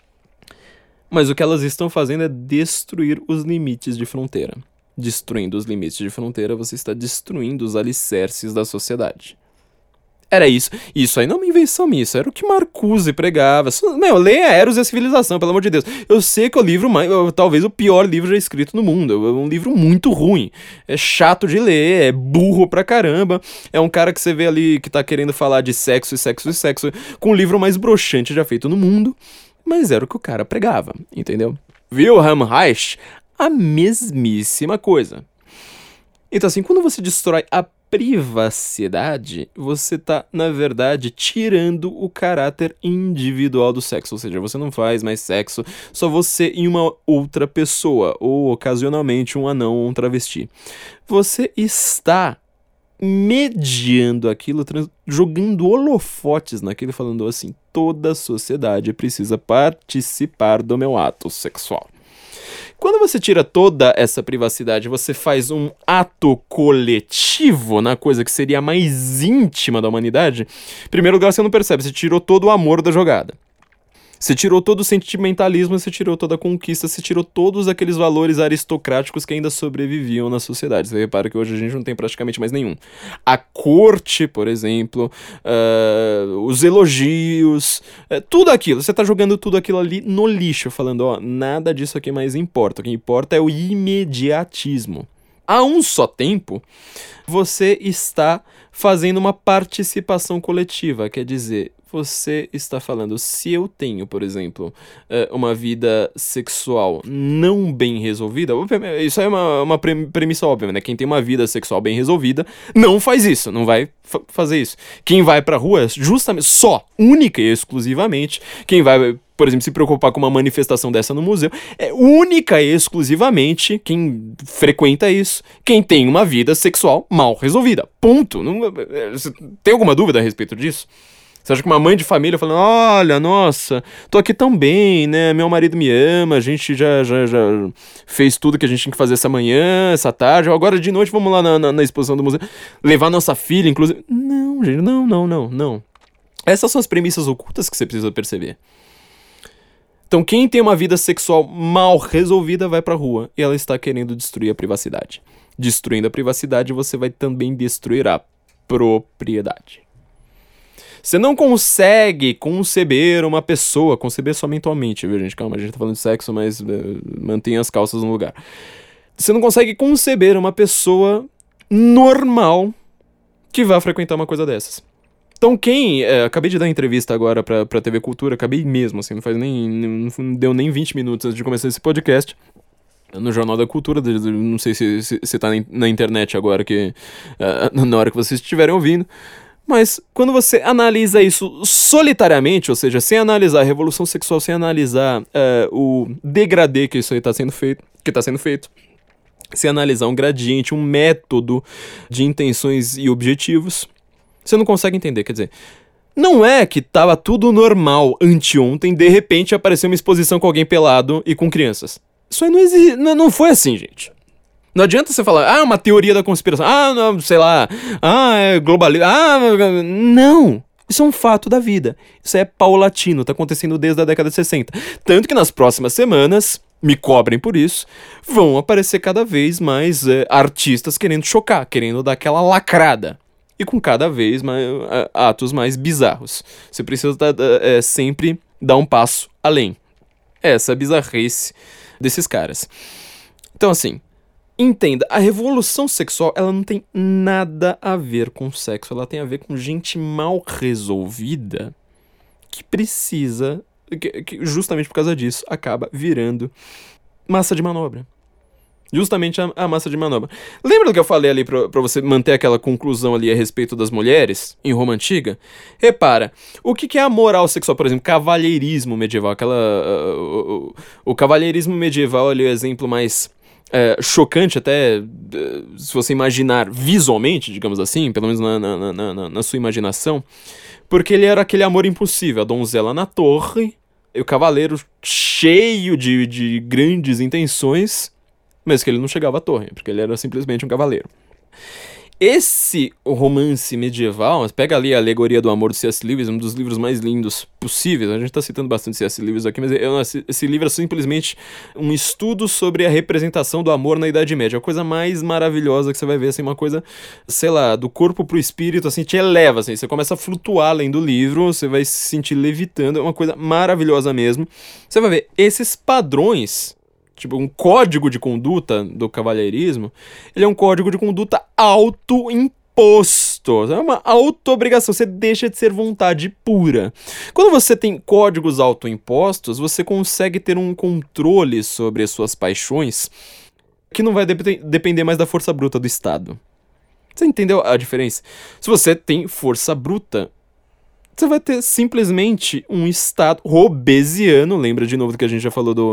Mas o que elas estão fazendo é destruir os limites de fronteira. Destruindo os limites de fronteira, você está destruindo os alicerces da sociedade. Era isso. Isso aí não é uma invenção minha, isso era o que Marcuse pregava. Meu, leia Eros e a Civilização, pelo amor de Deus. Eu sei que é o livro talvez o pior livro já escrito no mundo. É um livro muito ruim. É chato de ler, é burro pra caramba. É um cara que você vê ali que tá querendo falar de sexo e sexo e sexo com o livro mais broxante já feito no mundo. Mas era o que o cara pregava, entendeu? Wilhelm Reich, a mesmíssima coisa. Então assim, quando você destrói a privacidade, você tá, na verdade, tirando o caráter individual do sexo, ou seja, você não faz mais sexo só você e uma outra pessoa, ou ocasionalmente um anão ou um travesti. Você está mediando aquilo, jogando holofotes naquilo, falando assim: toda a sociedade precisa participar do meu ato sexual. Quando você tira toda essa privacidade, você faz um ato coletivo na coisa que seria a mais íntima da humanidade, em primeiro lugar, você não percebe, você tirou todo o amor da jogada. Você tirou todo o sentimentalismo, você tirou toda a conquista, você tirou todos aqueles valores aristocráticos que ainda sobreviviam na sociedade. Você repara que hoje a gente não tem praticamente mais nenhum. A corte, por exemplo, os elogios, tudo aquilo. Você tá jogando tudo aquilo ali no lixo, falando, ó, nada disso aqui mais importa. O que importa é o imediatismo. A um só tempo, você está fazendo uma participação coletiva, quer dizer, você está falando, se eu tenho, por exemplo, uma vida sexual não bem resolvida, isso é uma premissa óbvia, né? Quem tem uma vida sexual bem resolvida não faz isso, não vai fazer isso. Quem vai pra rua é justamente, única e exclusivamente, quem vai, por exemplo, se preocupar com uma manifestação dessa no museu, é única e exclusivamente quem frequenta isso, quem tem uma vida sexual mal resolvida. Ponto. Você tem alguma dúvida a respeito disso? Você acha que uma mãe de família falando, olha, nossa, tô aqui tão bem, né, meu marido me ama, a gente já fez tudo que a gente tinha que fazer essa manhã, essa tarde, agora de noite vamos lá na exposição do museu, levar nossa filha, inclusive. Não, gente, não. Essas são as premissas ocultas que você precisa perceber. Então quem tem uma vida sexual mal resolvida vai pra rua e ela está querendo destruir a privacidade. Destruindo a privacidade, você vai também destruir a propriedade. Você não consegue conceber uma pessoa, conceber só mentalmente, viu, gente? Calma, a gente tá falando de sexo, mas mantenha as calças no lugar. Você não consegue conceber uma pessoa normal que vá frequentar uma coisa dessas. Então acabei de dar entrevista agora pra TV Cultura, acabei mesmo, assim, não deu nem 20 minutos antes de começar esse podcast. No Jornal da Cultura, não sei se tá na internet agora, na hora que vocês estiverem ouvindo. Mas quando você analisa isso solitariamente, ou seja, sem analisar a revolução sexual, sem analisar o degradê que isso aí tá sendo feito, sem analisar um gradiente, um método de intenções e objetivos, você não consegue entender. Quer dizer, não é que tava tudo normal anteontem, de repente apareceu uma exposição com alguém pelado e com crianças. Isso aí não foi assim, gente. Não adianta você falar, uma teoria da conspiração, não, sei lá, é globalismo, não, isso é um fato da vida, isso é paulatino, tá acontecendo desde a década de 60, tanto que nas próximas semanas, me cobrem por isso, vão aparecer cada vez mais artistas querendo chocar, querendo dar aquela lacrada, e com cada vez mais atos mais bizarros, você precisa sempre dar um passo além, essa bizarrice desses caras. Então assim, entenda, a revolução sexual, ela não tem nada a ver com sexo, ela tem a ver com gente mal resolvida que precisa, que justamente por causa disso, acaba virando massa de manobra. Justamente a massa de manobra. Lembra do que eu falei ali pra você manter aquela conclusão ali a respeito das mulheres em Roma Antiga? Repara, o que é a moral sexual? Por exemplo, cavalheirismo medieval. O cavalheirismo medieval ali é o exemplo mais chocante até, se você imaginar visualmente, digamos assim, pelo menos na sua imaginação, porque ele era aquele amor impossível, a donzela na torre, e o cavaleiro cheio de grandes intenções, mas que ele não chegava à torre, porque ele era simplesmente um cavaleiro. Esse romance medieval, pega ali a Alegoria do Amor do C.S. Lewis, um dos livros mais lindos possíveis. A gente tá citando bastante C.S. Lewis aqui, mas esse livro é simplesmente um estudo sobre a representação do amor na Idade Média. A coisa mais maravilhosa que você vai ver, assim, uma coisa, sei lá, do corpo pro espírito, assim, te eleva, assim, você começa a flutuar além do livro, você vai se sentir levitando, é uma coisa maravilhosa mesmo. Você vai ver, esses padrões, tipo, um código de conduta do cavalheirismo, ele é um código de conduta autoimposto. É uma auto-obrigação, você deixa de ser vontade pura. Quando você tem códigos autoimpostos, você consegue ter um controle sobre as suas paixões que não vai depender mais da força bruta do Estado. Você entendeu a diferença? Se você tem força bruta, você vai ter simplesmente um Estado hobbesiano, lembra de novo do que a gente já falou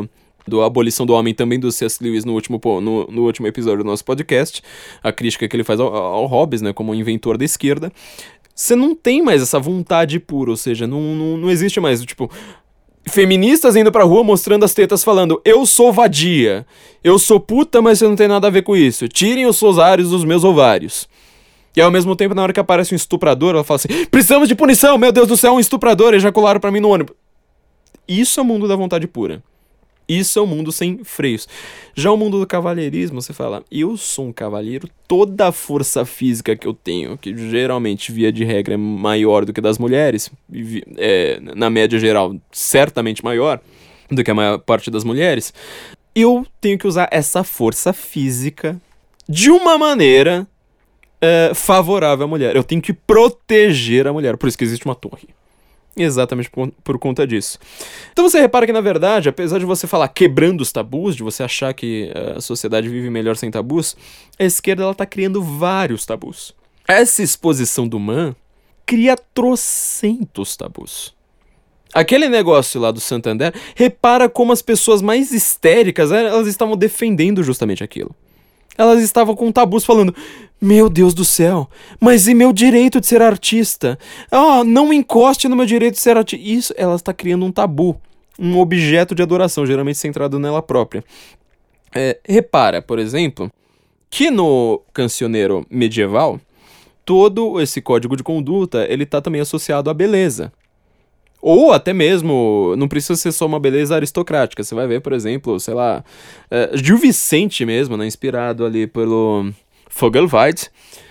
do Abolição do Homem, também do C.S. Lewis no último episódio do nosso podcast, a crítica que ele faz ao Hobbes, né, como inventor da esquerda, você não tem mais essa vontade pura, ou seja, não existe mais, tipo, feministas indo pra rua mostrando as tetas falando, eu sou vadia, eu sou puta, mas você não tem nada a ver com isso, tirem os ovários dos meus ovários. E ao mesmo tempo, na hora que aparece um estuprador, ela fala assim, precisamos de punição, meu Deus do céu, um estuprador, ejacularam pra mim no ônibus. Isso é o mundo da vontade pura. Isso é o mundo sem freios. Já o mundo do cavalheirismo, você fala, eu sou um cavalheiro, toda a força física que eu tenho, que geralmente, via de regra, é maior do que das mulheres, na média geral, certamente maior do que a maior parte das mulheres, eu tenho que usar essa força física de uma maneira favorável à mulher. Eu tenho que proteger a mulher, por isso que existe uma torre. Exatamente por conta disso. Então você repara que, na verdade, apesar de você falar quebrando os tabus, de você achar que a sociedade vive melhor sem tabus, a esquerda ela tá criando vários tabus. Essa exposição do Man cria trocentos tabus. Aquele negócio lá do Santander, repara como as pessoas mais histéricas, elas estavam defendendo justamente aquilo. Elas estavam com tabus falando, meu Deus do céu, mas e meu direito de ser artista? Não encoste no meu direito de ser artista. Isso, ela está criando um tabu, um objeto de adoração, geralmente centrado nela própria. Repara, por exemplo, que no cancioneiro medieval, todo esse código de conduta, ele está também associado à beleza. Ou até mesmo, não precisa ser só uma beleza aristocrática. Você vai ver, por exemplo, sei lá, Gil Vicente mesmo, né, inspirado ali pelo Vogelweid.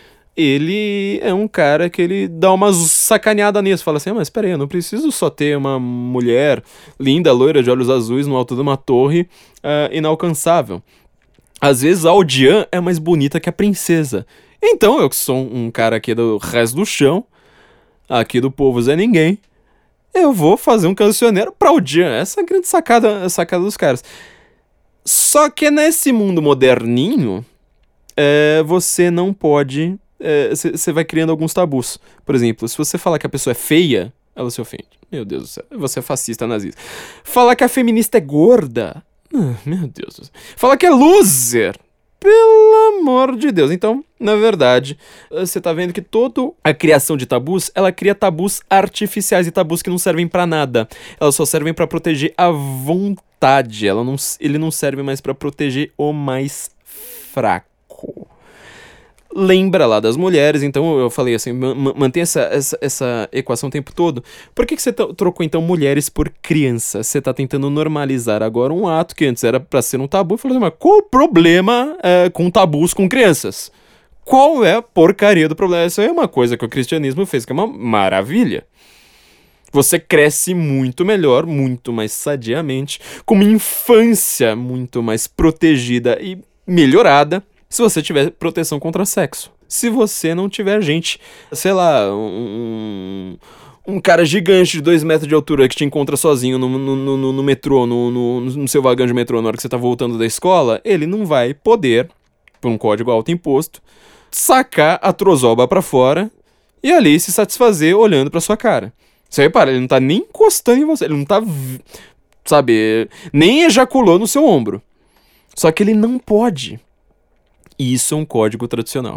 Ele é um cara que ele dá uma sacaneada nisso. Fala assim, mas peraí, eu não preciso só ter uma mulher linda, loira, de olhos azuis, no alto de uma torre inalcançável. Às vezes a Odian é mais bonita que a princesa. Então, eu que sou um cara aqui do resto do chão, aqui do povo Zé Ninguém, eu vou fazer um cancioneiro pra Odian. Essa é a grande sacada dos caras. Só que nesse mundo moderninho, você não pode... Você vai criando alguns tabus. Por exemplo, se você falar que a pessoa é feia, ela se ofende. Meu Deus do céu, você é fascista nazista. Falar que a feminista é gorda... meu Deus do céu. Falar que é loser... Pelo amor de Deus. Então, na verdade, você tá vendo que toda a criação de tabus, ela cria tabus artificiais e tabus que não servem pra nada. Elas só servem pra proteger a vontade. Ele não serve mais pra proteger o mais fraco. Lembra lá das mulheres, então eu falei assim, mantém essa equação o tempo todo. Por que você trocou então mulheres por crianças? Você tá tentando normalizar agora um ato que antes era pra ser um tabu. Falei, mas qual o problema com tabus com crianças? Qual é a porcaria do problema? Isso aí é uma coisa que o cristianismo fez, que é uma maravilha. Você cresce muito melhor, muito mais sadiamente, com uma infância muito mais protegida e melhorada, se você tiver proteção contra sexo. Se você não tiver gente, sei lá, um cara gigante de 2 metros de altura que te encontra sozinho no metrô, no seu vagão de metrô na hora que você tá voltando da escola, ele não vai poder, por um código autoimposto, sacar a trozoba pra fora e ali se satisfazer olhando pra sua cara. Você repara, ele não tá nem encostando em você, ele não tá, sabe, nem ejaculou no seu ombro. Só que ele não pode. Isso é um código tradicional.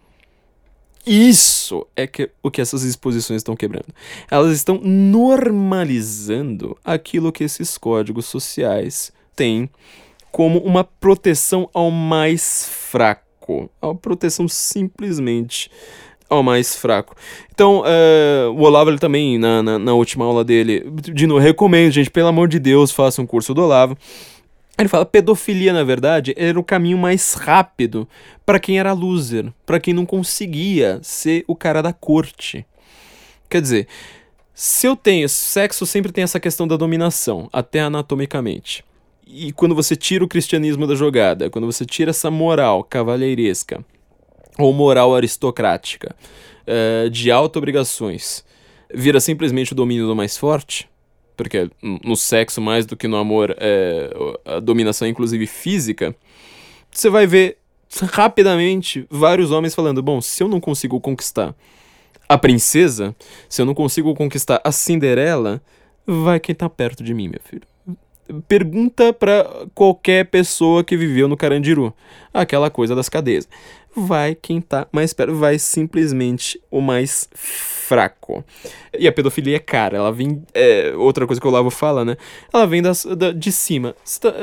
Isso é o que essas exposições estão quebrando. Elas estão normalizando aquilo que esses códigos sociais têm como uma proteção ao mais fraco. A proteção simplesmente ao mais fraco. Então, o Olavo, ele também, na última aula dele, de novo, recomendo, gente, pelo amor de Deus, faça um curso do Olavo. Ele fala, pedofilia, na verdade, era o caminho mais rápido pra quem era loser, pra quem não conseguia ser o cara da corte. Quer dizer, sexo sempre tem essa questão da dominação, até anatomicamente. E quando você tira o cristianismo da jogada, quando você tira essa moral cavalheiresca, ou moral aristocrática, de auto-obrigações, vira simplesmente o domínio do mais forte, porque no sexo, mais do que no amor, a dominação é inclusive física, você vai ver rapidamente vários homens falando, bom, se eu não consigo conquistar a princesa, se eu não consigo conquistar a Cinderela, vai quem tá perto de mim, meu filho. pergunta pra qualquer pessoa que viveu no Carandiru. Aquela coisa das cadeias. Vai quem tá mais perto, vai simplesmente o mais fraco. E a pedofilia é cara, ela vem... outra coisa que o Olavo fala, né? Ela vem de cima.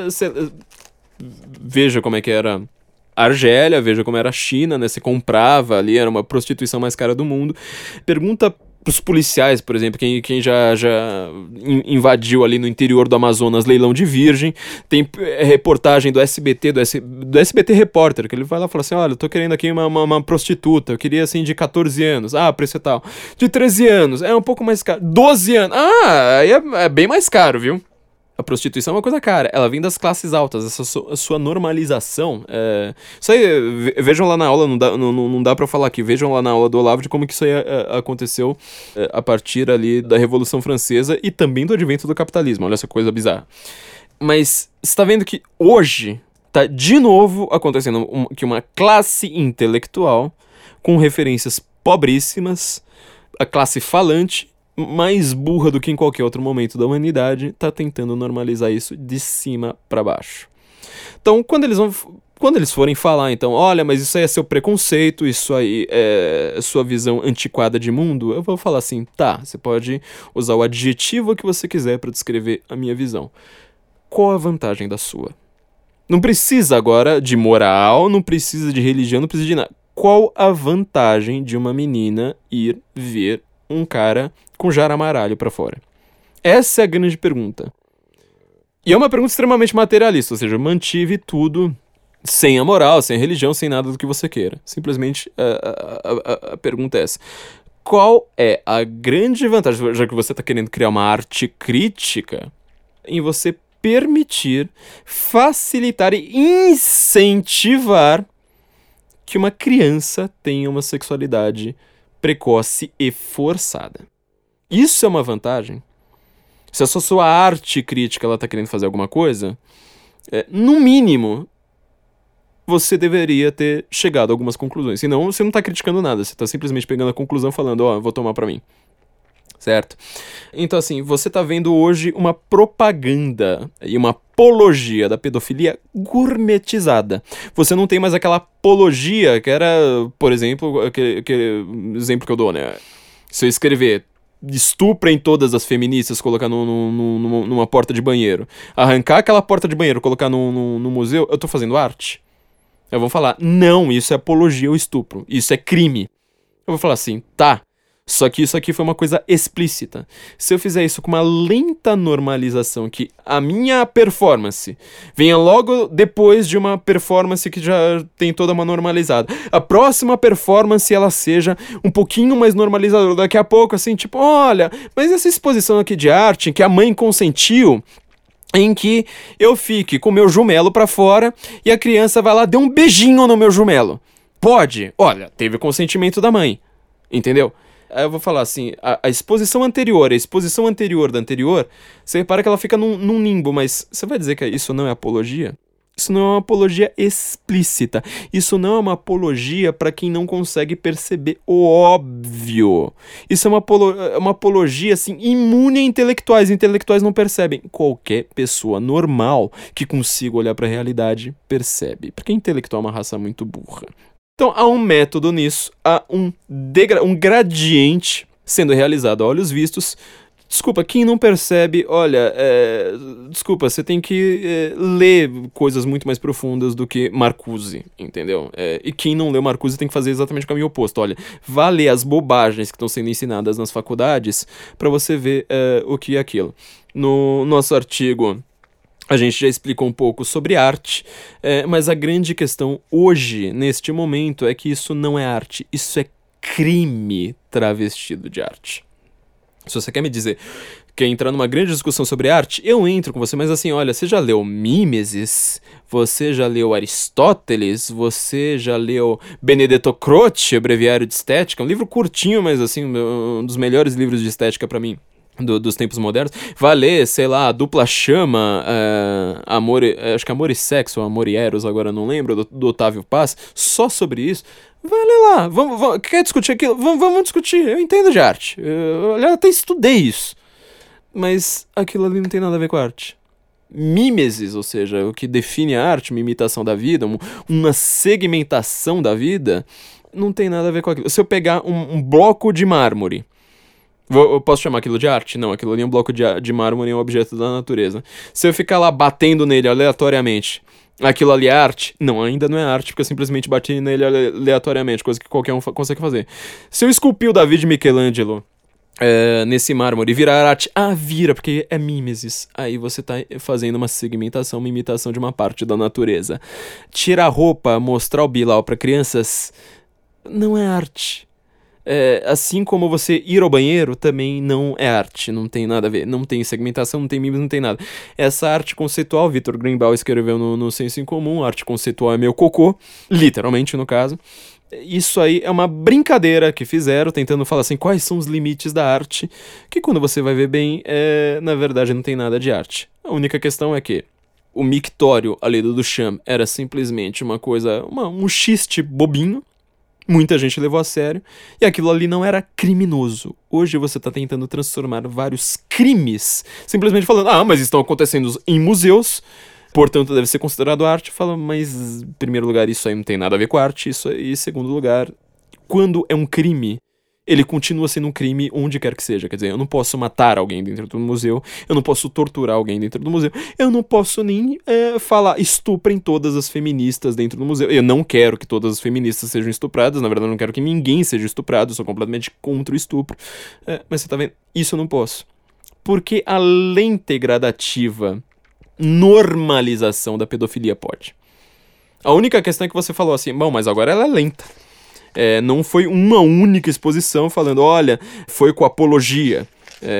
Veja como é que era a Argélia, veja como era a China, né? Você comprava ali, era uma prostituição mais cara do mundo. Pergunta pros policiais, por exemplo, quem já invadiu ali no interior do Amazonas leilão de virgem. Tem reportagem do SBT, do SBT Repórter, que ele vai lá e fala assim, olha, eu tô querendo aqui uma prostituta, eu queria assim de 14 anos, preço é tal. De 13 anos, é um pouco mais caro. 12 anos, aí é bem mais caro, viu? A prostituição é uma coisa cara, ela vem das classes altas, essa sua normalização. Isso aí, vejam lá na aula, não dá pra falar aqui, vejam lá na aula do Olavo de como que isso aí aconteceu a partir ali da Revolução Francesa e também do advento do capitalismo, olha essa coisa bizarra. Mas você tá vendo que hoje tá de novo acontecendo que uma classe intelectual com referências pobríssimas, a classe falante, mais burra do que em qualquer outro momento da humanidade, tá tentando normalizar isso de cima pra baixo. Então, quando eles forem falar, então, olha, mas isso aí é seu preconceito, isso aí é sua visão antiquada de mundo, eu vou falar assim, tá, você pode usar o adjetivo que você quiser pra descrever a minha visão. Qual a vantagem da sua? Não precisa agora de moral, não precisa de religião, não precisa de nada. Qual a vantagem de uma menina ir ver um cara com jaramaralho pra fora? Essa é a grande pergunta. E é uma pergunta extremamente materialista, ou seja, eu mantive tudo sem a moral, sem a religião, sem nada do que você queira. Simplesmente a pergunta é essa. Qual é a grande vantagem, já que você está querendo criar uma arte crítica, em você permitir, facilitar e incentivar que uma criança tenha uma sexualidade precoce e forçada? Isso é uma vantagem? Se a sua arte crítica ela tá querendo fazer alguma coisa, no mínimo, você deveria ter chegado a algumas conclusões. Senão, você não tá criticando nada. Você tá simplesmente pegando a conclusão falando, vou tomar pra mim. Certo? Então, assim, você tá vendo hoje uma propaganda e uma apologia da pedofilia gourmetizada. Você não tem mais aquela apologia que era, por exemplo, aquele exemplo que eu dou, né? Se eu escrever estuprem todas as feministas, colocar numa porta de banheiro, arrancar aquela porta de banheiro, colocar no museu, eu tô fazendo arte? Eu vou falar, não, isso é apologia ao estupro, isso é crime. Eu vou falar assim, tá, só que isso aqui foi uma coisa explícita. Se eu fizer isso com uma lenta normalização, que a minha performance venha logo depois de uma performance que já tem toda uma normalizada, a próxima performance ela seja um pouquinho mais normalizada, daqui a pouco assim, tipo, olha, mas essa exposição aqui de arte, em que a mãe consentiu, em que eu fique com o meu jumelo pra fora e a criança vai lá, dê um beijinho no meu jumelo. Pode? Olha, teve consentimento da mãe, entendeu? Aí eu vou falar assim, a exposição anterior, a exposição anterior da anterior, você repara que ela fica num limbo, mas você vai dizer que isso não é apologia? Isso não é uma apologia explícita. Isso não é uma apologia para quem não consegue perceber o óbvio. Isso é uma apologia, assim, imune a intelectuais. Intelectuais não percebem. Qualquer pessoa normal que consiga olhar para a realidade percebe. Porque intelectual é uma raça muito burra. Então, há um método nisso, há um gradiente sendo realizado a olhos vistos. Desculpa, quem não percebe, olha, desculpa, você tem que ler coisas muito mais profundas do que Marcuse, entendeu? E quem não leu Marcuse tem que fazer exatamente o caminho oposto. Olha, vá ler as bobagens que estão sendo ensinadas nas faculdades para você ver o que é aquilo. No nosso artigo, a gente já explicou um pouco sobre arte, mas a grande questão hoje, neste momento, é que isso não é arte, isso é crime travestido de arte. Se você quer me dizer, quer entrar numa grande discussão sobre arte, eu entro com você, mas assim, olha, você já leu Mimesis? Você já leu Aristóteles? Você já leu Benedetto Croce, Breviário de Estética? Um livro curtinho, mas assim, um dos melhores livros de estética pra mim. Dos tempos modernos, vai ler, sei lá, Dupla Chama, acho que Amor e Sexo, Amor e Eros, agora não lembro, do Otávio Paz, só sobre isso. Vai ler lá, vamos, quer discutir aquilo? Vamos discutir, eu entendo de arte, eu até estudei isso, mas aquilo ali não tem nada a ver com a arte. mímesis, ou seja, o que define a arte, uma imitação da vida, uma segmentação da vida, não tem nada a ver com aquilo. Se eu pegar um bloco de mármore, eu posso chamar aquilo de arte? Não, aquilo ali é um bloco de mármore, é um objeto da natureza. Se eu ficar lá batendo nele aleatoriamente, aquilo ali é arte? Não, ainda não é arte, porque eu simplesmente bati nele aleatoriamente, coisa que qualquer um consegue fazer. Se eu esculpir o Davi de Michelangelo nesse mármore, virar arte? Ah, vira, porque é mimesis. Aí você tá fazendo uma segmentação, uma imitação de uma parte da natureza. Tirar a roupa, mostrar o Bilal pra crianças, não é arte. Assim como você ir ao banheiro também não é arte, não tem nada a ver, não tem segmentação, não tem mimes, não tem nada. Essa arte conceitual, Victor Greenbaum escreveu no Senso em Comum, arte conceitual é meu cocô, literalmente no caso. Isso aí é uma brincadeira que fizeram, tentando falar assim, quais são os limites da arte, que quando você vai ver bem, na verdade não tem nada de arte. A única questão é que o mictório ali do Duchamp era simplesmente uma coisa, um xiste bobinho, muita gente levou a sério, e aquilo ali não era criminoso. Hoje você tá tentando transformar vários crimes, simplesmente falando, mas estão acontecendo em museus, portanto deve ser considerado arte. Fala, mas em primeiro lugar isso aí não tem nada a ver com arte, isso aí, em segundo lugar, quando é um crime, ele continua sendo um crime onde quer que seja. Quer dizer, eu não posso matar alguém dentro do museu, eu não posso torturar alguém dentro do museu, eu não posso nem falar estuprem todas as feministas dentro do museu. Eu não quero que todas as feministas sejam estupradas, na verdade eu não quero que ninguém seja estuprado, eu sou completamente contra o estupro. Mas você tá vendo? Isso eu não posso. Porque a lente gradativa normalização da pedofilia pode. A única questão é que você falou assim, bom, mas agora ela é lenta. Não foi uma única exposição falando, olha, foi com apologia.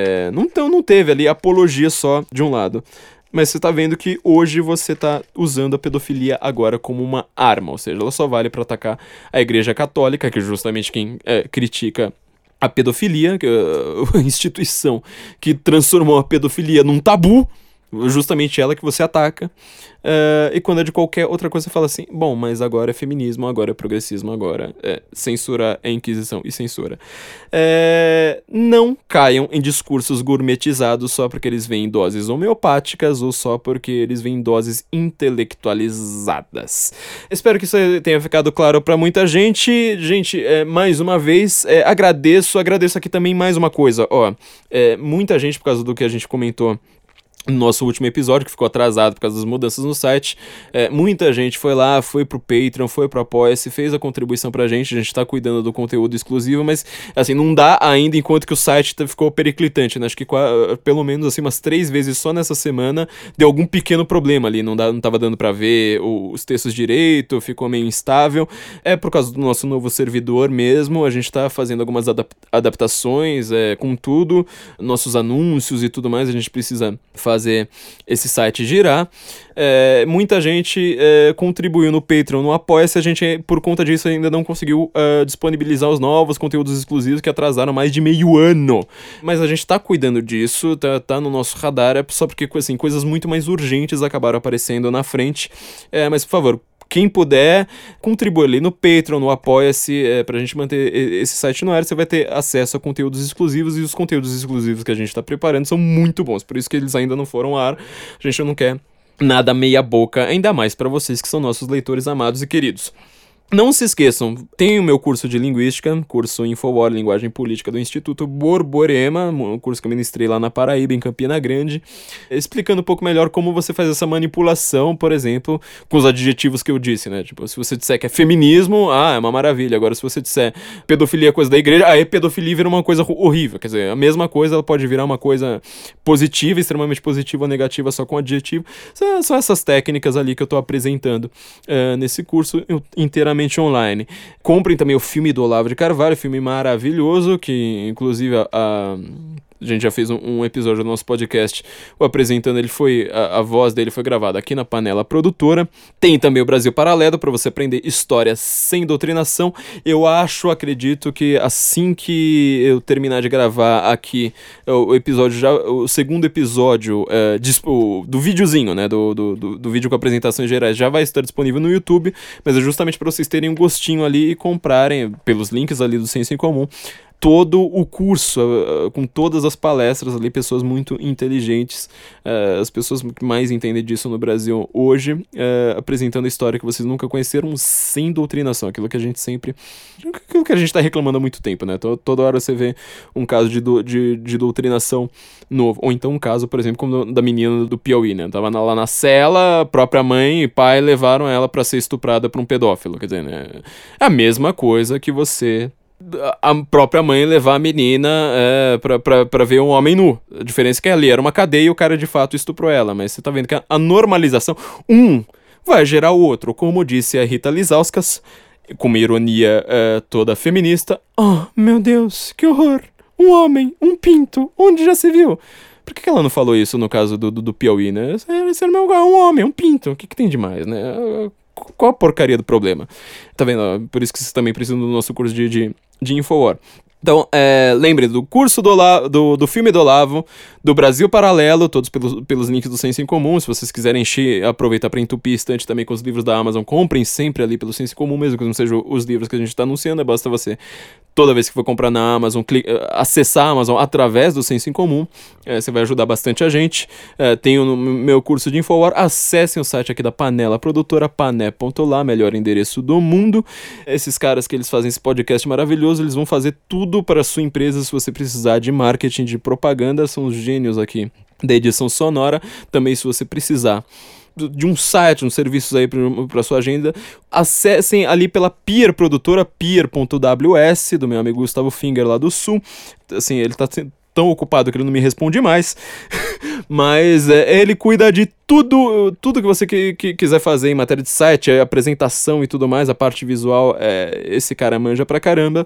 Não teve ali apologia só de um lado. Mas você tá vendo que hoje você tá usando a pedofilia agora como uma arma, ou seja, ela só vale pra atacar a Igreja Católica, que é justamente quem critica a pedofilia, que é a instituição que transformou a pedofilia num tabu, justamente ela que você ataca. E quando é de qualquer outra coisa você fala assim, bom, mas agora é feminismo, agora é progressismo, agora censura é inquisição e censura. Não caiam em discursos gourmetizados só porque eles vêm em doses homeopáticas ou só porque eles vêm em doses intelectualizadas. Espero que isso tenha ficado claro pra muita gente. Gente, mais uma vez, agradeço aqui também mais uma coisa, muita gente, por causa do que a gente comentou no nosso último episódio, que ficou atrasado por causa das mudanças no site, muita gente foi lá, foi pro Patreon, foi pro Apoia-se, fez a contribuição pra gente, a gente tá cuidando do conteúdo exclusivo, mas assim, não dá ainda enquanto que o site ficou periclitante, né? Acho que pelo menos assim, umas 3 vezes só nessa semana deu algum pequeno problema ali, não tava dando pra ver os textos direito, ficou meio instável, por causa do nosso novo servidor mesmo, a gente tá fazendo algumas adaptações, com tudo, nossos anúncios e tudo mais, a gente precisa fazer esse site girar. Muita gente contribuiu no Patreon, no Apoia-se, a gente por conta disso ainda não conseguiu disponibilizar os novos conteúdos exclusivos que atrasaram mais de meio ano, mas a gente tá cuidando disso, tá no nosso radar, só porque assim, coisas muito mais urgentes acabaram aparecendo na frente, mas por favor, quem puder, contribui ali no Patreon, no Apoia-se, pra gente manter esse site no ar, você vai ter acesso a conteúdos exclusivos, e os conteúdos exclusivos que a gente tá preparando são muito bons, por isso que eles ainda não foram ao ar, a gente não quer nada meia boca, ainda mais pra vocês que são nossos leitores amados e queridos. Não se esqueçam, tem o meu curso de Linguística, curso Infowar, Linguagem Política do Instituto Borborema, um curso que eu ministrei lá na Paraíba, em Campina Grande, explicando um pouco melhor como você faz essa manipulação, por exemplo, com os adjetivos que eu disse, né? Tipo, se você disser que é feminismo, é uma maravilha. Agora, se você disser pedofilia é coisa da igreja, aí pedofilia vira uma coisa horrível. Quer dizer, a mesma coisa, ela pode virar uma coisa positiva, extremamente positiva ou negativa só com adjetivo. São essas técnicas ali que eu tô apresentando nesse curso inteiramente online. Comprem também o filme do Olavo de Carvalho, filme maravilhoso, que inclusive a gente já fez um episódio do nosso podcast, o apresentando, a voz dele foi gravada aqui na Panela Produtora. Tem também o Brasil Paralelo, para você aprender história sem doutrinação. Eu acredito que assim que eu terminar de gravar aqui o segundo episódio do videozinho, né, do vídeo com apresentações gerais, já vai estar disponível no YouTube, mas é justamente para vocês terem um gostinho ali e comprarem, pelos links ali do Senso em Comum, todo o curso, com todas as palestras ali, pessoas muito inteligentes, as pessoas que mais entendem disso no Brasil hoje, apresentando a história que vocês nunca conheceram, sem doutrinação, aquilo que a gente tá reclamando há muito tempo, né? Toda hora você vê um caso de doutrinação novo, ou então um caso, por exemplo, como da menina do Piauí, né? Tava lá na cela, a própria mãe e pai levaram ela pra ser estuprada por um pedófilo, quer dizer, né? É a mesma coisa que a própria mãe levar a menina pra ver um homem nu. A diferença é que ali era uma cadeia e o cara de fato estuprou ela, mas você tá vendo que a normalização, vai gerar o outro, como disse a Rita Lizauskas, com uma ironia toda feminista. Oh, meu Deus, que horror! Um homem, um pinto, onde já se viu? Por que ela não falou isso no caso do Piauí, né? Esse era um homem, um pinto, o que tem de mais, né? Qual a porcaria do problema? Tá vendo? Por isso que vocês também precisam do nosso curso de Infowar. Então, lembre do curso do filme do Olavo, do Brasil Paralelo, todos pelos links do Senso em Comum. Se vocês quiserem aproveitar para entupir estante também com os livros da Amazon, comprem sempre ali pelo Senso em Comum, mesmo que não sejam os livros que a gente está anunciando. Basta você, toda vez que for comprar na Amazon, acessar a Amazon através do Senso em Comum. Você vai ajudar bastante a gente. Tenho no meu curso de Infowar. Acessem o site aqui da Panela Produtora, pané.lá, melhor endereço do mundo. Esses caras que eles fazem esse podcast maravilhoso, eles vão fazer tudo para a sua empresa se você precisar de marketing, de propaganda. São os gênios aqui da edição sonora. Também, se você precisar de um site, uns serviços aí para sua agenda, acessem ali pela Peer Produtora, peer.ws, do meu amigo Gustavo Finger lá do Sul. Assim, ele tá tão ocupado que ele não me responde mais, mas ele cuida de tudo que você quiser fazer em matéria de site, apresentação e tudo mais, a parte visual, esse cara manja pra caramba,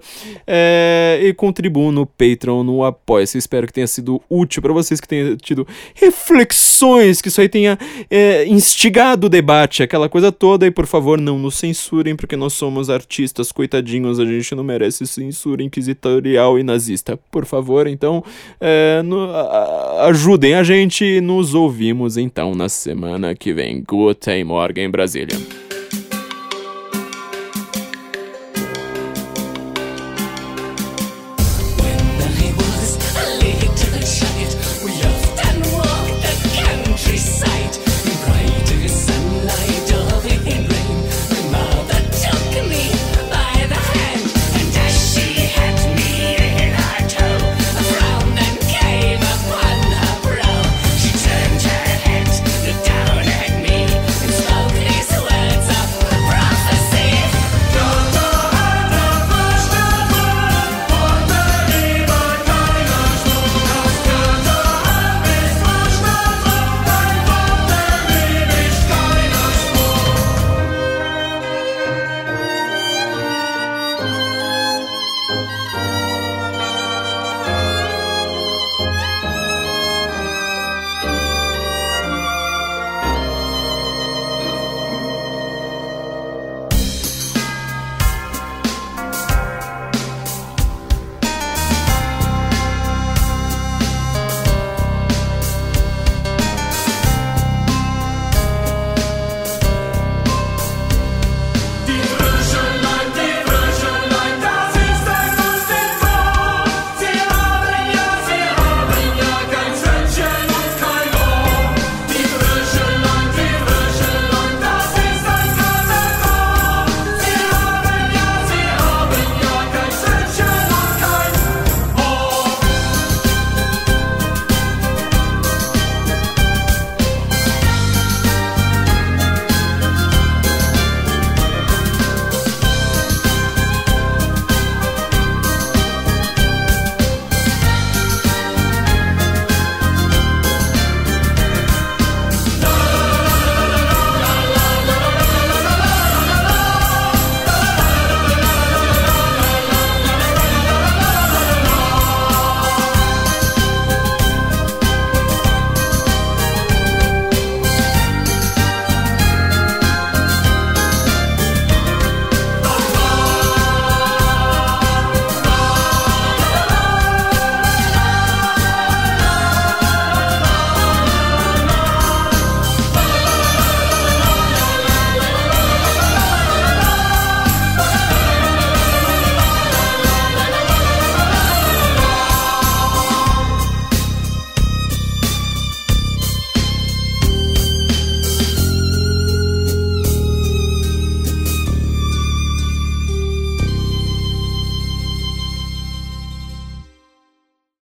e contribuam no Patreon, no Apoia-se. Espero que tenha sido útil pra vocês, que tenha tido reflexões, que isso aí tenha instigado o debate, aquela coisa toda, e por favor não nos censurem, porque nós somos artistas, coitadinhos, a gente não merece censura inquisitorial e nazista. Por favor, então, ajudem a gente e nos ouvimos então na semana que vem. Guten Morgen, Brasília.